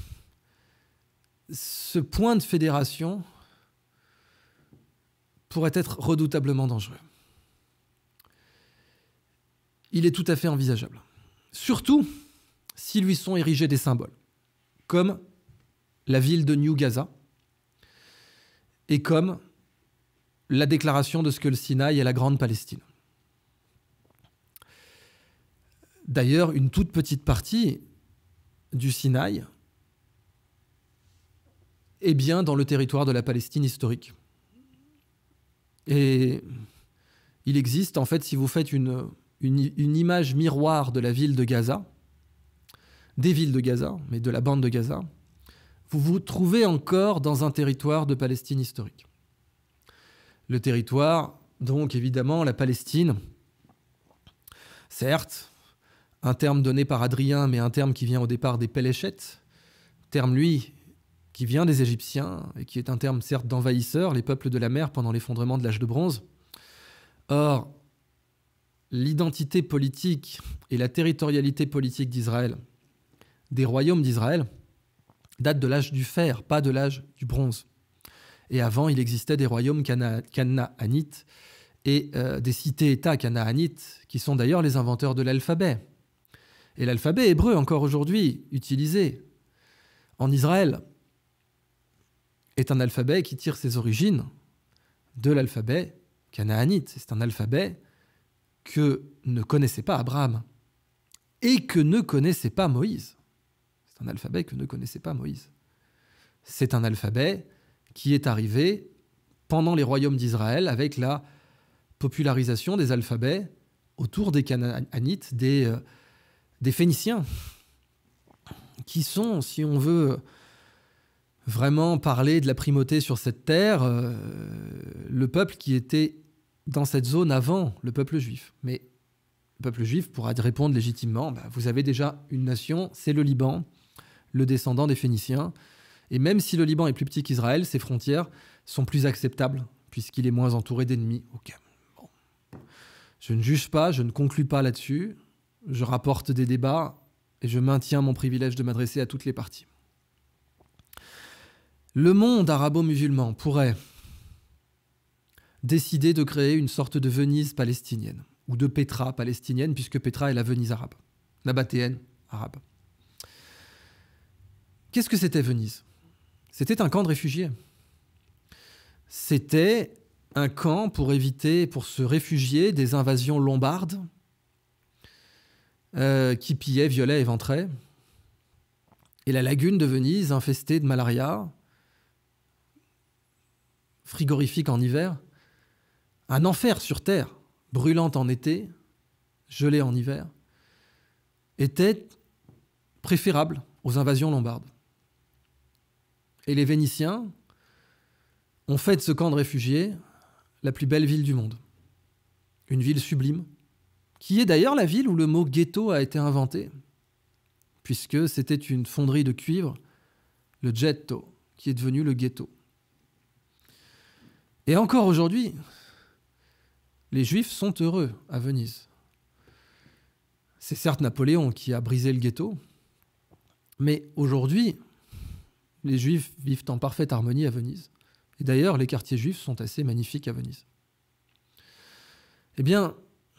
S1: ce point de fédération pourrait être redoutablement dangereux. Il est tout à fait envisageable. Surtout s'ils lui sont érigés des symboles, comme la ville de New Gaza et comme la déclaration de ce que le Sinaï est la grande Palestine. D'ailleurs, une toute petite partie du Sinaï est bien dans le territoire de la Palestine historique. Et il existe, en fait, si vous faites une, une, une image miroir de la ville de Gaza, des villes de Gaza, mais de la bande de Gaza, vous vous trouvez encore dans un territoire de Palestine historique. Le territoire, donc évidemment, la Palestine, certes, un terme donné par Adrien, mais un terme qui vient au départ des Péléchettes, terme, lui, qui vient des Égyptiens, et qui est un terme, certes, d'envahisseurs, les peuples de la mer pendant l'effondrement de l'âge de bronze. Or, l'identité politique et la territorialité politique d'Israël, des royaumes d'Israël, datent de l'âge du fer, pas de l'âge du bronze. Et avant, il existait des royaumes cana- canaanites et euh, des cités-États canaanites, qui sont d'ailleurs les inventeurs de l'alphabet. Et l'alphabet hébreu, encore aujourd'hui, utilisé en Israël, est un alphabet qui tire ses origines de l'alphabet canaanite. C'est un alphabet que ne connaissait pas Abraham et que ne connaissait pas Moïse. C'est un alphabet que ne connaissait pas Moïse. C'est un alphabet qui est arrivé pendant les royaumes d'Israël avec la popularisation des alphabets autour des Canaanites, des, euh, des Phéniciens, qui sont, si on veut vraiment parler de la primauté sur cette terre, euh, le peuple qui était dans cette zone avant le peuple juif. Mais le peuple juif pourra répondre légitimement, bah, vous avez déjà une nation, c'est le Liban, le descendant des Phéniciens. Et même si le Liban est plus petit qu'Israël, ses frontières sont plus acceptables, puisqu'il est moins entouré d'ennemis. Okay. Bon. Je ne juge pas, je ne conclus pas là-dessus. Je rapporte des débats et je maintiens mon privilège de m'adresser à toutes les parties. Le monde arabo-musulman pourrait décider de créer une sorte de Venise palestinienne, ou de Pétra palestinienne, puisque Pétra est la Venise arabe, nabatéenne arabe. Qu'est-ce que c'était Venise ? C'était un camp de réfugiés. C'était un camp pour éviter, pour se réfugier des invasions lombardes euh, qui pillaient, violaient, éventraient. Et la lagune de Venise, infestée de malaria, frigorifique en hiver, un enfer sur terre, brûlante en été, gelée en hiver, était préférable aux invasions lombardes. Et les Vénitiens ont fait de ce camp de réfugiés la plus belle ville du monde. Une ville sublime, qui est d'ailleurs la ville où le mot ghetto a été inventé, puisque c'était une fonderie de cuivre, le Getto, qui est devenu le ghetto. Et encore aujourd'hui, les Juifs sont heureux à Venise. C'est certes Napoléon qui a brisé le ghetto, mais aujourd'hui, les Juifs vivent en parfaite harmonie à Venise. Et d'ailleurs, les quartiers juifs sont assez magnifiques à Venise. Eh bien,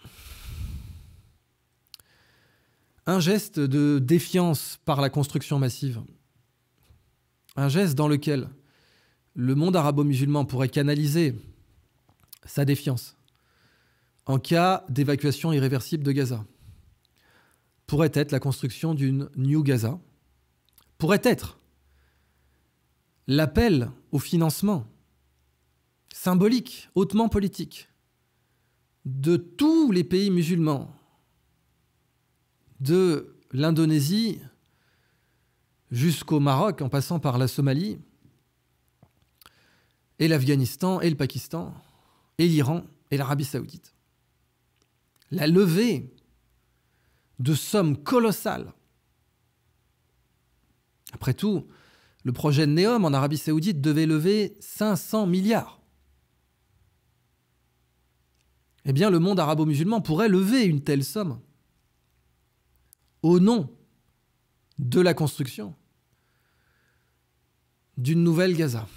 S1: un geste de défiance par la construction massive, un geste dans lequel le monde arabo-musulman pourrait canaliser sa défiance en cas d'évacuation irréversible de Gaza, pourrait être la construction d'une New Gaza, pourrait être l'appel au financement symbolique, hautement politique, de tous les pays musulmans, de l'Indonésie jusqu'au Maroc, en passant par la Somalie, et l'Afghanistan, et le Pakistan, et l'Iran, et l'Arabie Saoudite. La levée de sommes colossales. Après tout, le projet de Neom en Arabie Saoudite devait lever cinq cents milliards. Eh bien, le monde arabo-musulman pourrait lever une telle somme au nom de la construction d'une nouvelle Gaza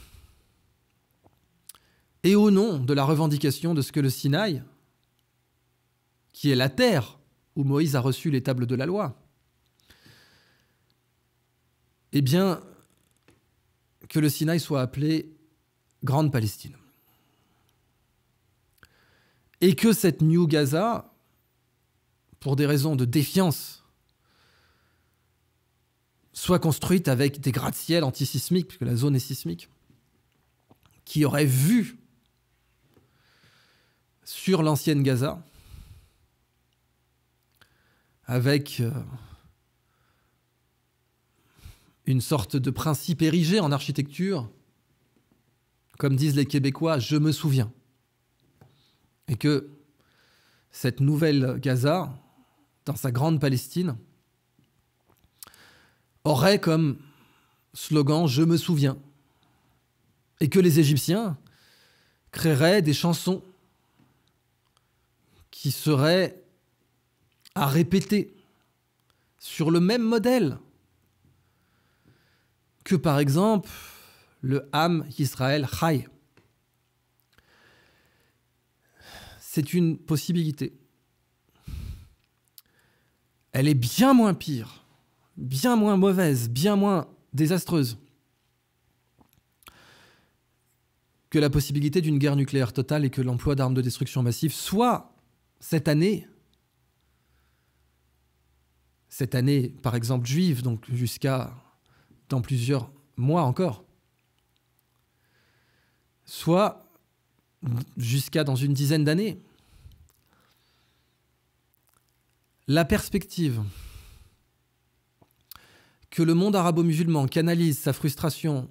S1: et au nom de la revendication de ce que le Sinaï, qui est la terre où Moïse a reçu les tables de la loi, eh bien, que le Sinaï soit appelé Grande Palestine. Et que cette New Gaza, pour des raisons de défiance, soit construite avec des gratte-ciel antisismiques, puisque la zone est sismique, qui aurait vu sur l'ancienne Gaza, avec euh, une sorte de principe érigé en architecture, comme disent les Québécois, je me souviens. Et que cette nouvelle Gaza, dans sa grande Palestine, aurait comme slogan « Je me souviens ». Et que les Égyptiens créeraient des chansons qui seraient à répéter sur le même modèle que, par exemple, le Am Yisrael Chai. C'est une possibilité. Elle est bien moins pire, bien moins mauvaise, bien moins désastreuse que la possibilité d'une guerre nucléaire totale et que l'emploi d'armes de destruction massive soit cette année, cette année par exemple juive, donc jusqu'à dans plusieurs mois encore, soit jusqu'à dans une dizaine d'années. La perspective que le monde arabo-musulman canalise sa frustration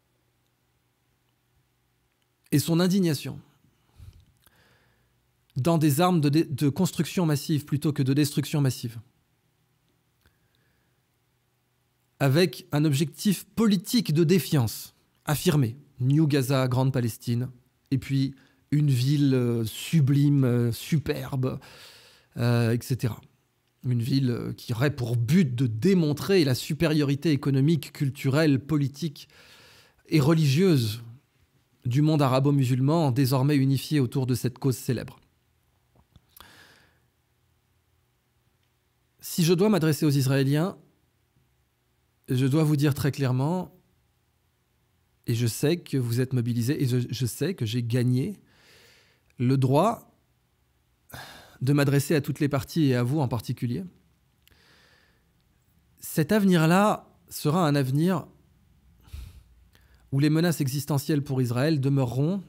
S1: et son indignation dans des armes de, dé- de construction massive plutôt que de destruction massive, avec un objectif politique de défiance affirmé, New Gaza, Grande Palestine, et puis une ville euh, sublime, euh, superbe, euh, et cetera. Une ville euh, qui aurait pour but de démontrer la supériorité économique, culturelle, politique et religieuse du monde arabo-musulman, désormais unifié autour de cette cause célèbre. Si je dois m'adresser aux Israéliens, je dois vous dire très clairement, et je sais que vous êtes mobilisés, et je, je sais que j'ai gagné le droit de m'adresser à toutes les parties et à vous en particulier. Cet avenir-là sera un avenir où les menaces existentielles pour Israël demeureront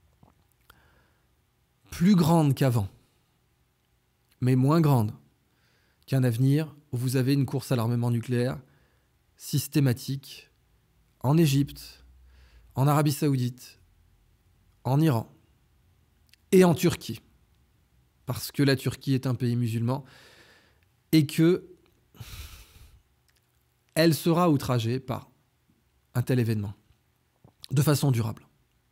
S1: plus grandes qu'avant, mais moins grandes qu'un avenir où vous avez une course à l'armement nucléaire systématique en Égypte, en Arabie Saoudite, en Iran et en Turquie, parce que la Turquie est un pays musulman et que elle sera outragée par un tel événement, de façon durable.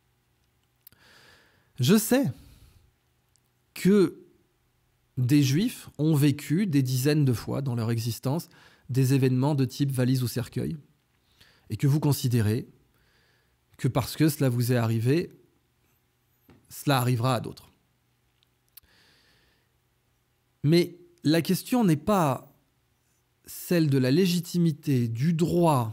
S1: Je sais que des Juifs ont vécu des dizaines de fois dans leur existence des événements de type valise ou cercueil, et que vous considérez que parce que cela vous est arrivé, cela arrivera à d'autres. Mais la question n'est pas celle de la légitimité, du droit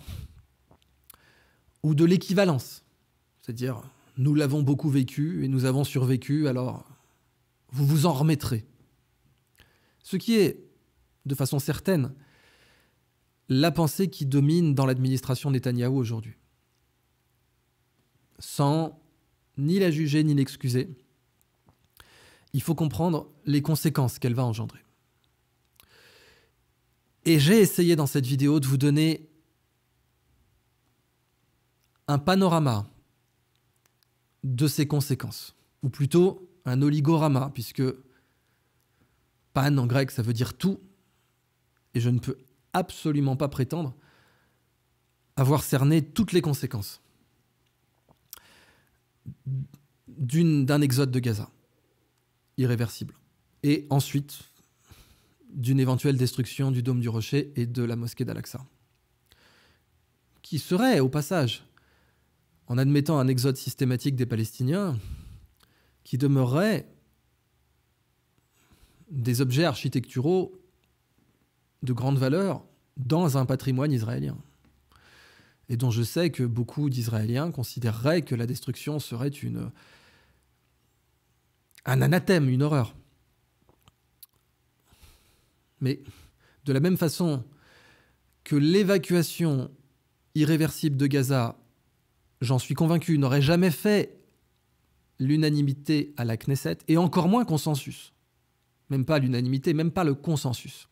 S1: ou de l'équivalence. C'est-à-dire, nous l'avons beaucoup vécu et nous avons survécu, alors vous vous en remettrez. Ce qui est, de façon certaine, la pensée qui domine dans l'administration Netanyahou aujourd'hui. Sans ni la juger ni l'excuser, il faut comprendre les conséquences qu'elle va engendrer. Et j'ai essayé dans cette vidéo de vous donner un panorama de ces conséquences, ou plutôt un oligorama, puisque pan en grec ça veut dire tout, et je ne peux absolument pas prétendre avoir cerné toutes les conséquences d'une, d'un exode de Gaza, irréversible, et ensuite d'une éventuelle destruction du dôme du Rocher et de la mosquée d'Al-Aqsa, qui serait, au passage, en admettant un exode systématique des Palestiniens, qui demeurerait des objets architecturaux de grande valeur dans un patrimoine israélien, et dont je sais que beaucoup d'Israéliens considéreraient que la destruction serait une, un anathème, une horreur. Mais de la même façon que l'évacuation irréversible de Gaza, j'en suis convaincu, n'aurait jamais fait l'unanimité à la Knesset, et encore moins consensus. Même pas l'unanimité, même pas le consensus.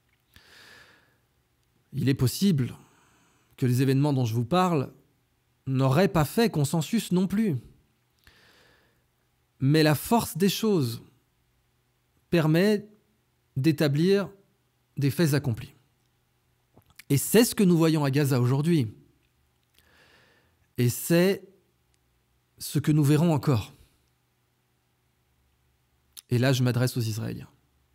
S1: Il est possible que les événements dont je vous parle n'auraient pas fait consensus non plus. Mais la force des choses permet d'établir des faits accomplis. Et c'est ce que nous voyons à Gaza aujourd'hui. Et c'est ce que nous verrons encore. Et là, je m'adresse aux Israéliens.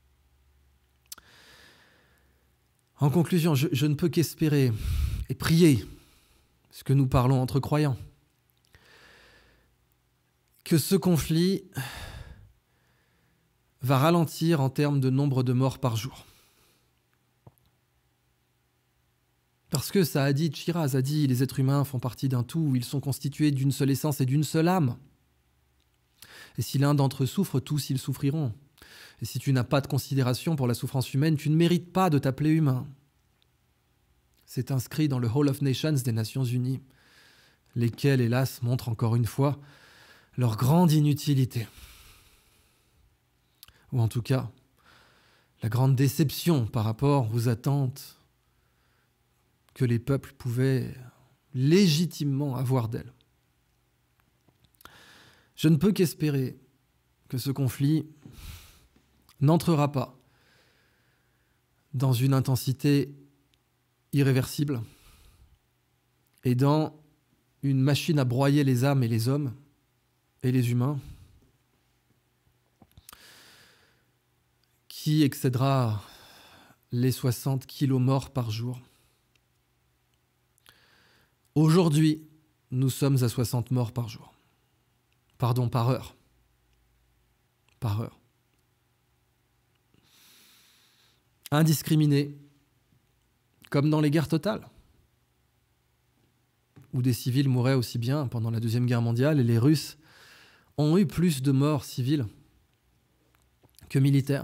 S1: En conclusion, je, je ne peux qu'espérer et prier, ce que nous parlons entre croyants, que ce conflit va ralentir en termes de nombre de morts par jour. Parce que ça a dit, Shiraz a dit, les êtres humains font partie d'un tout, ils sont constitués d'une seule essence et d'une seule âme. Et si l'un d'entre eux souffre, tous ils souffriront. Et si tu n'as pas de considération pour la souffrance humaine, tu ne mérites pas de t'appeler humain. C'est inscrit dans le Hall of Nations des Nations Unies, lesquels, hélas, montrent encore une fois leur grande inutilité. Ou en tout cas, la grande déception par rapport aux attentes que les peuples pouvaient légitimement avoir d'elle. Je ne peux qu'espérer que ce conflit n'entrera pas dans une intensité irréversible et dans une machine à broyer les âmes et les hommes et les humains qui excédera les soixante kilos morts par jour. Aujourd'hui, nous sommes à soixante morts par jour. Pardon, par heure. Par heure. Indiscriminés, comme dans les guerres totales, où des civils mouraient aussi bien pendant la Deuxième Guerre mondiale, et les Russes ont eu plus de morts civiles que militaires.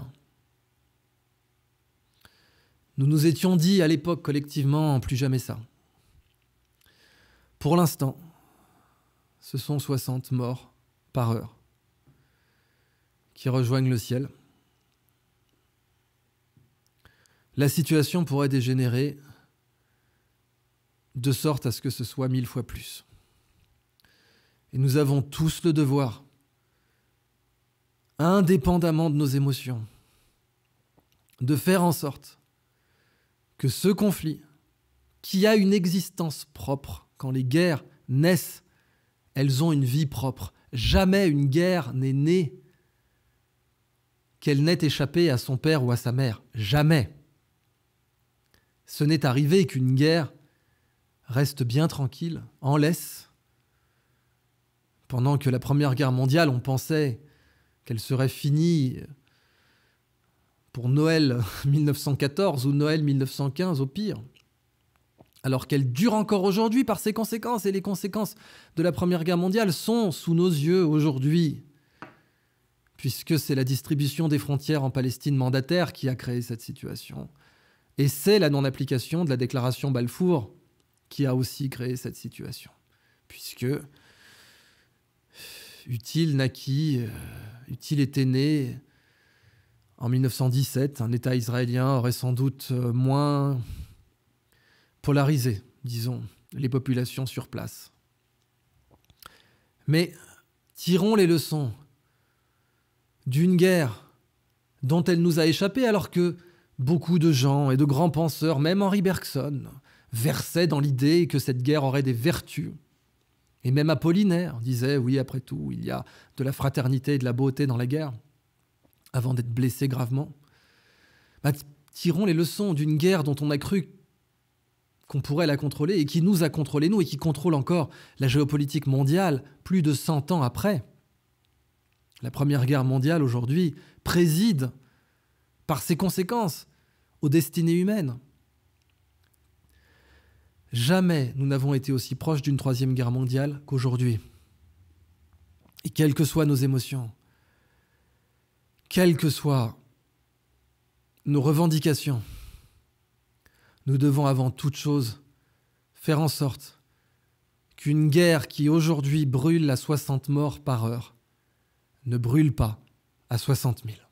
S1: Nous nous étions dit à l'époque collectivement, plus jamais ça. Pour l'instant, ce sont soixante morts par heure qui rejoignent le ciel. La situation pourrait dégénérer de sorte à ce que ce soit mille fois plus. Et nous avons tous le devoir, indépendamment de nos émotions, de faire en sorte que ce conflit qui a une existence propre. Quand les guerres naissent, elles ont une vie propre. Jamais une guerre n'est née qu'elle n'ait échappé à son père ou à sa mère. Jamais. Ce n'est arrivé qu'une guerre reste bien tranquille, en laisse. Pendant que la Première Guerre mondiale, on pensait qu'elle serait finie pour Noël mille neuf cent quatorze ou Noël mille neuf cent quinze au pire. Alors qu'elle dure encore aujourd'hui par ses conséquences, et les conséquences de la Première Guerre mondiale sont sous nos yeux aujourd'hui, puisque c'est la distribution des frontières en Palestine mandataire qui a créé cette situation. Et c'est la non-application de la déclaration Balfour qui a aussi créé cette situation, puisque Utile naquit, euh, Utile était né en mille neuf cent dix-sept. Un État israélien aurait sans doute euh, moins polarisé, disons, les populations sur place. Mais tirons les leçons d'une guerre dont elle nous a échappé, alors que beaucoup de gens et de grands penseurs, même Henri Bergson, versaient dans l'idée que cette guerre aurait des vertus. Et même Apollinaire disait, oui, après tout, il y a de la fraternité et de la beauté dans la guerre, avant d'être blessé gravement. Bah, tirons les leçons d'une guerre dont on a cru qu'on pourrait la contrôler et qui nous a contrôlés, nous, et qui contrôle encore la géopolitique mondiale plus de cent ans après. La Première Guerre mondiale, aujourd'hui, préside, par ses conséquences, aux destinées humaines. Jamais nous n'avons été aussi proches d'une Troisième Guerre mondiale qu'aujourd'hui. Et quelles que soient nos émotions, quelles que soient nos revendications, nous devons avant toute chose faire en sorte qu'une guerre qui aujourd'hui brûle à soixante morts par heure ne brûle pas à soixante mille.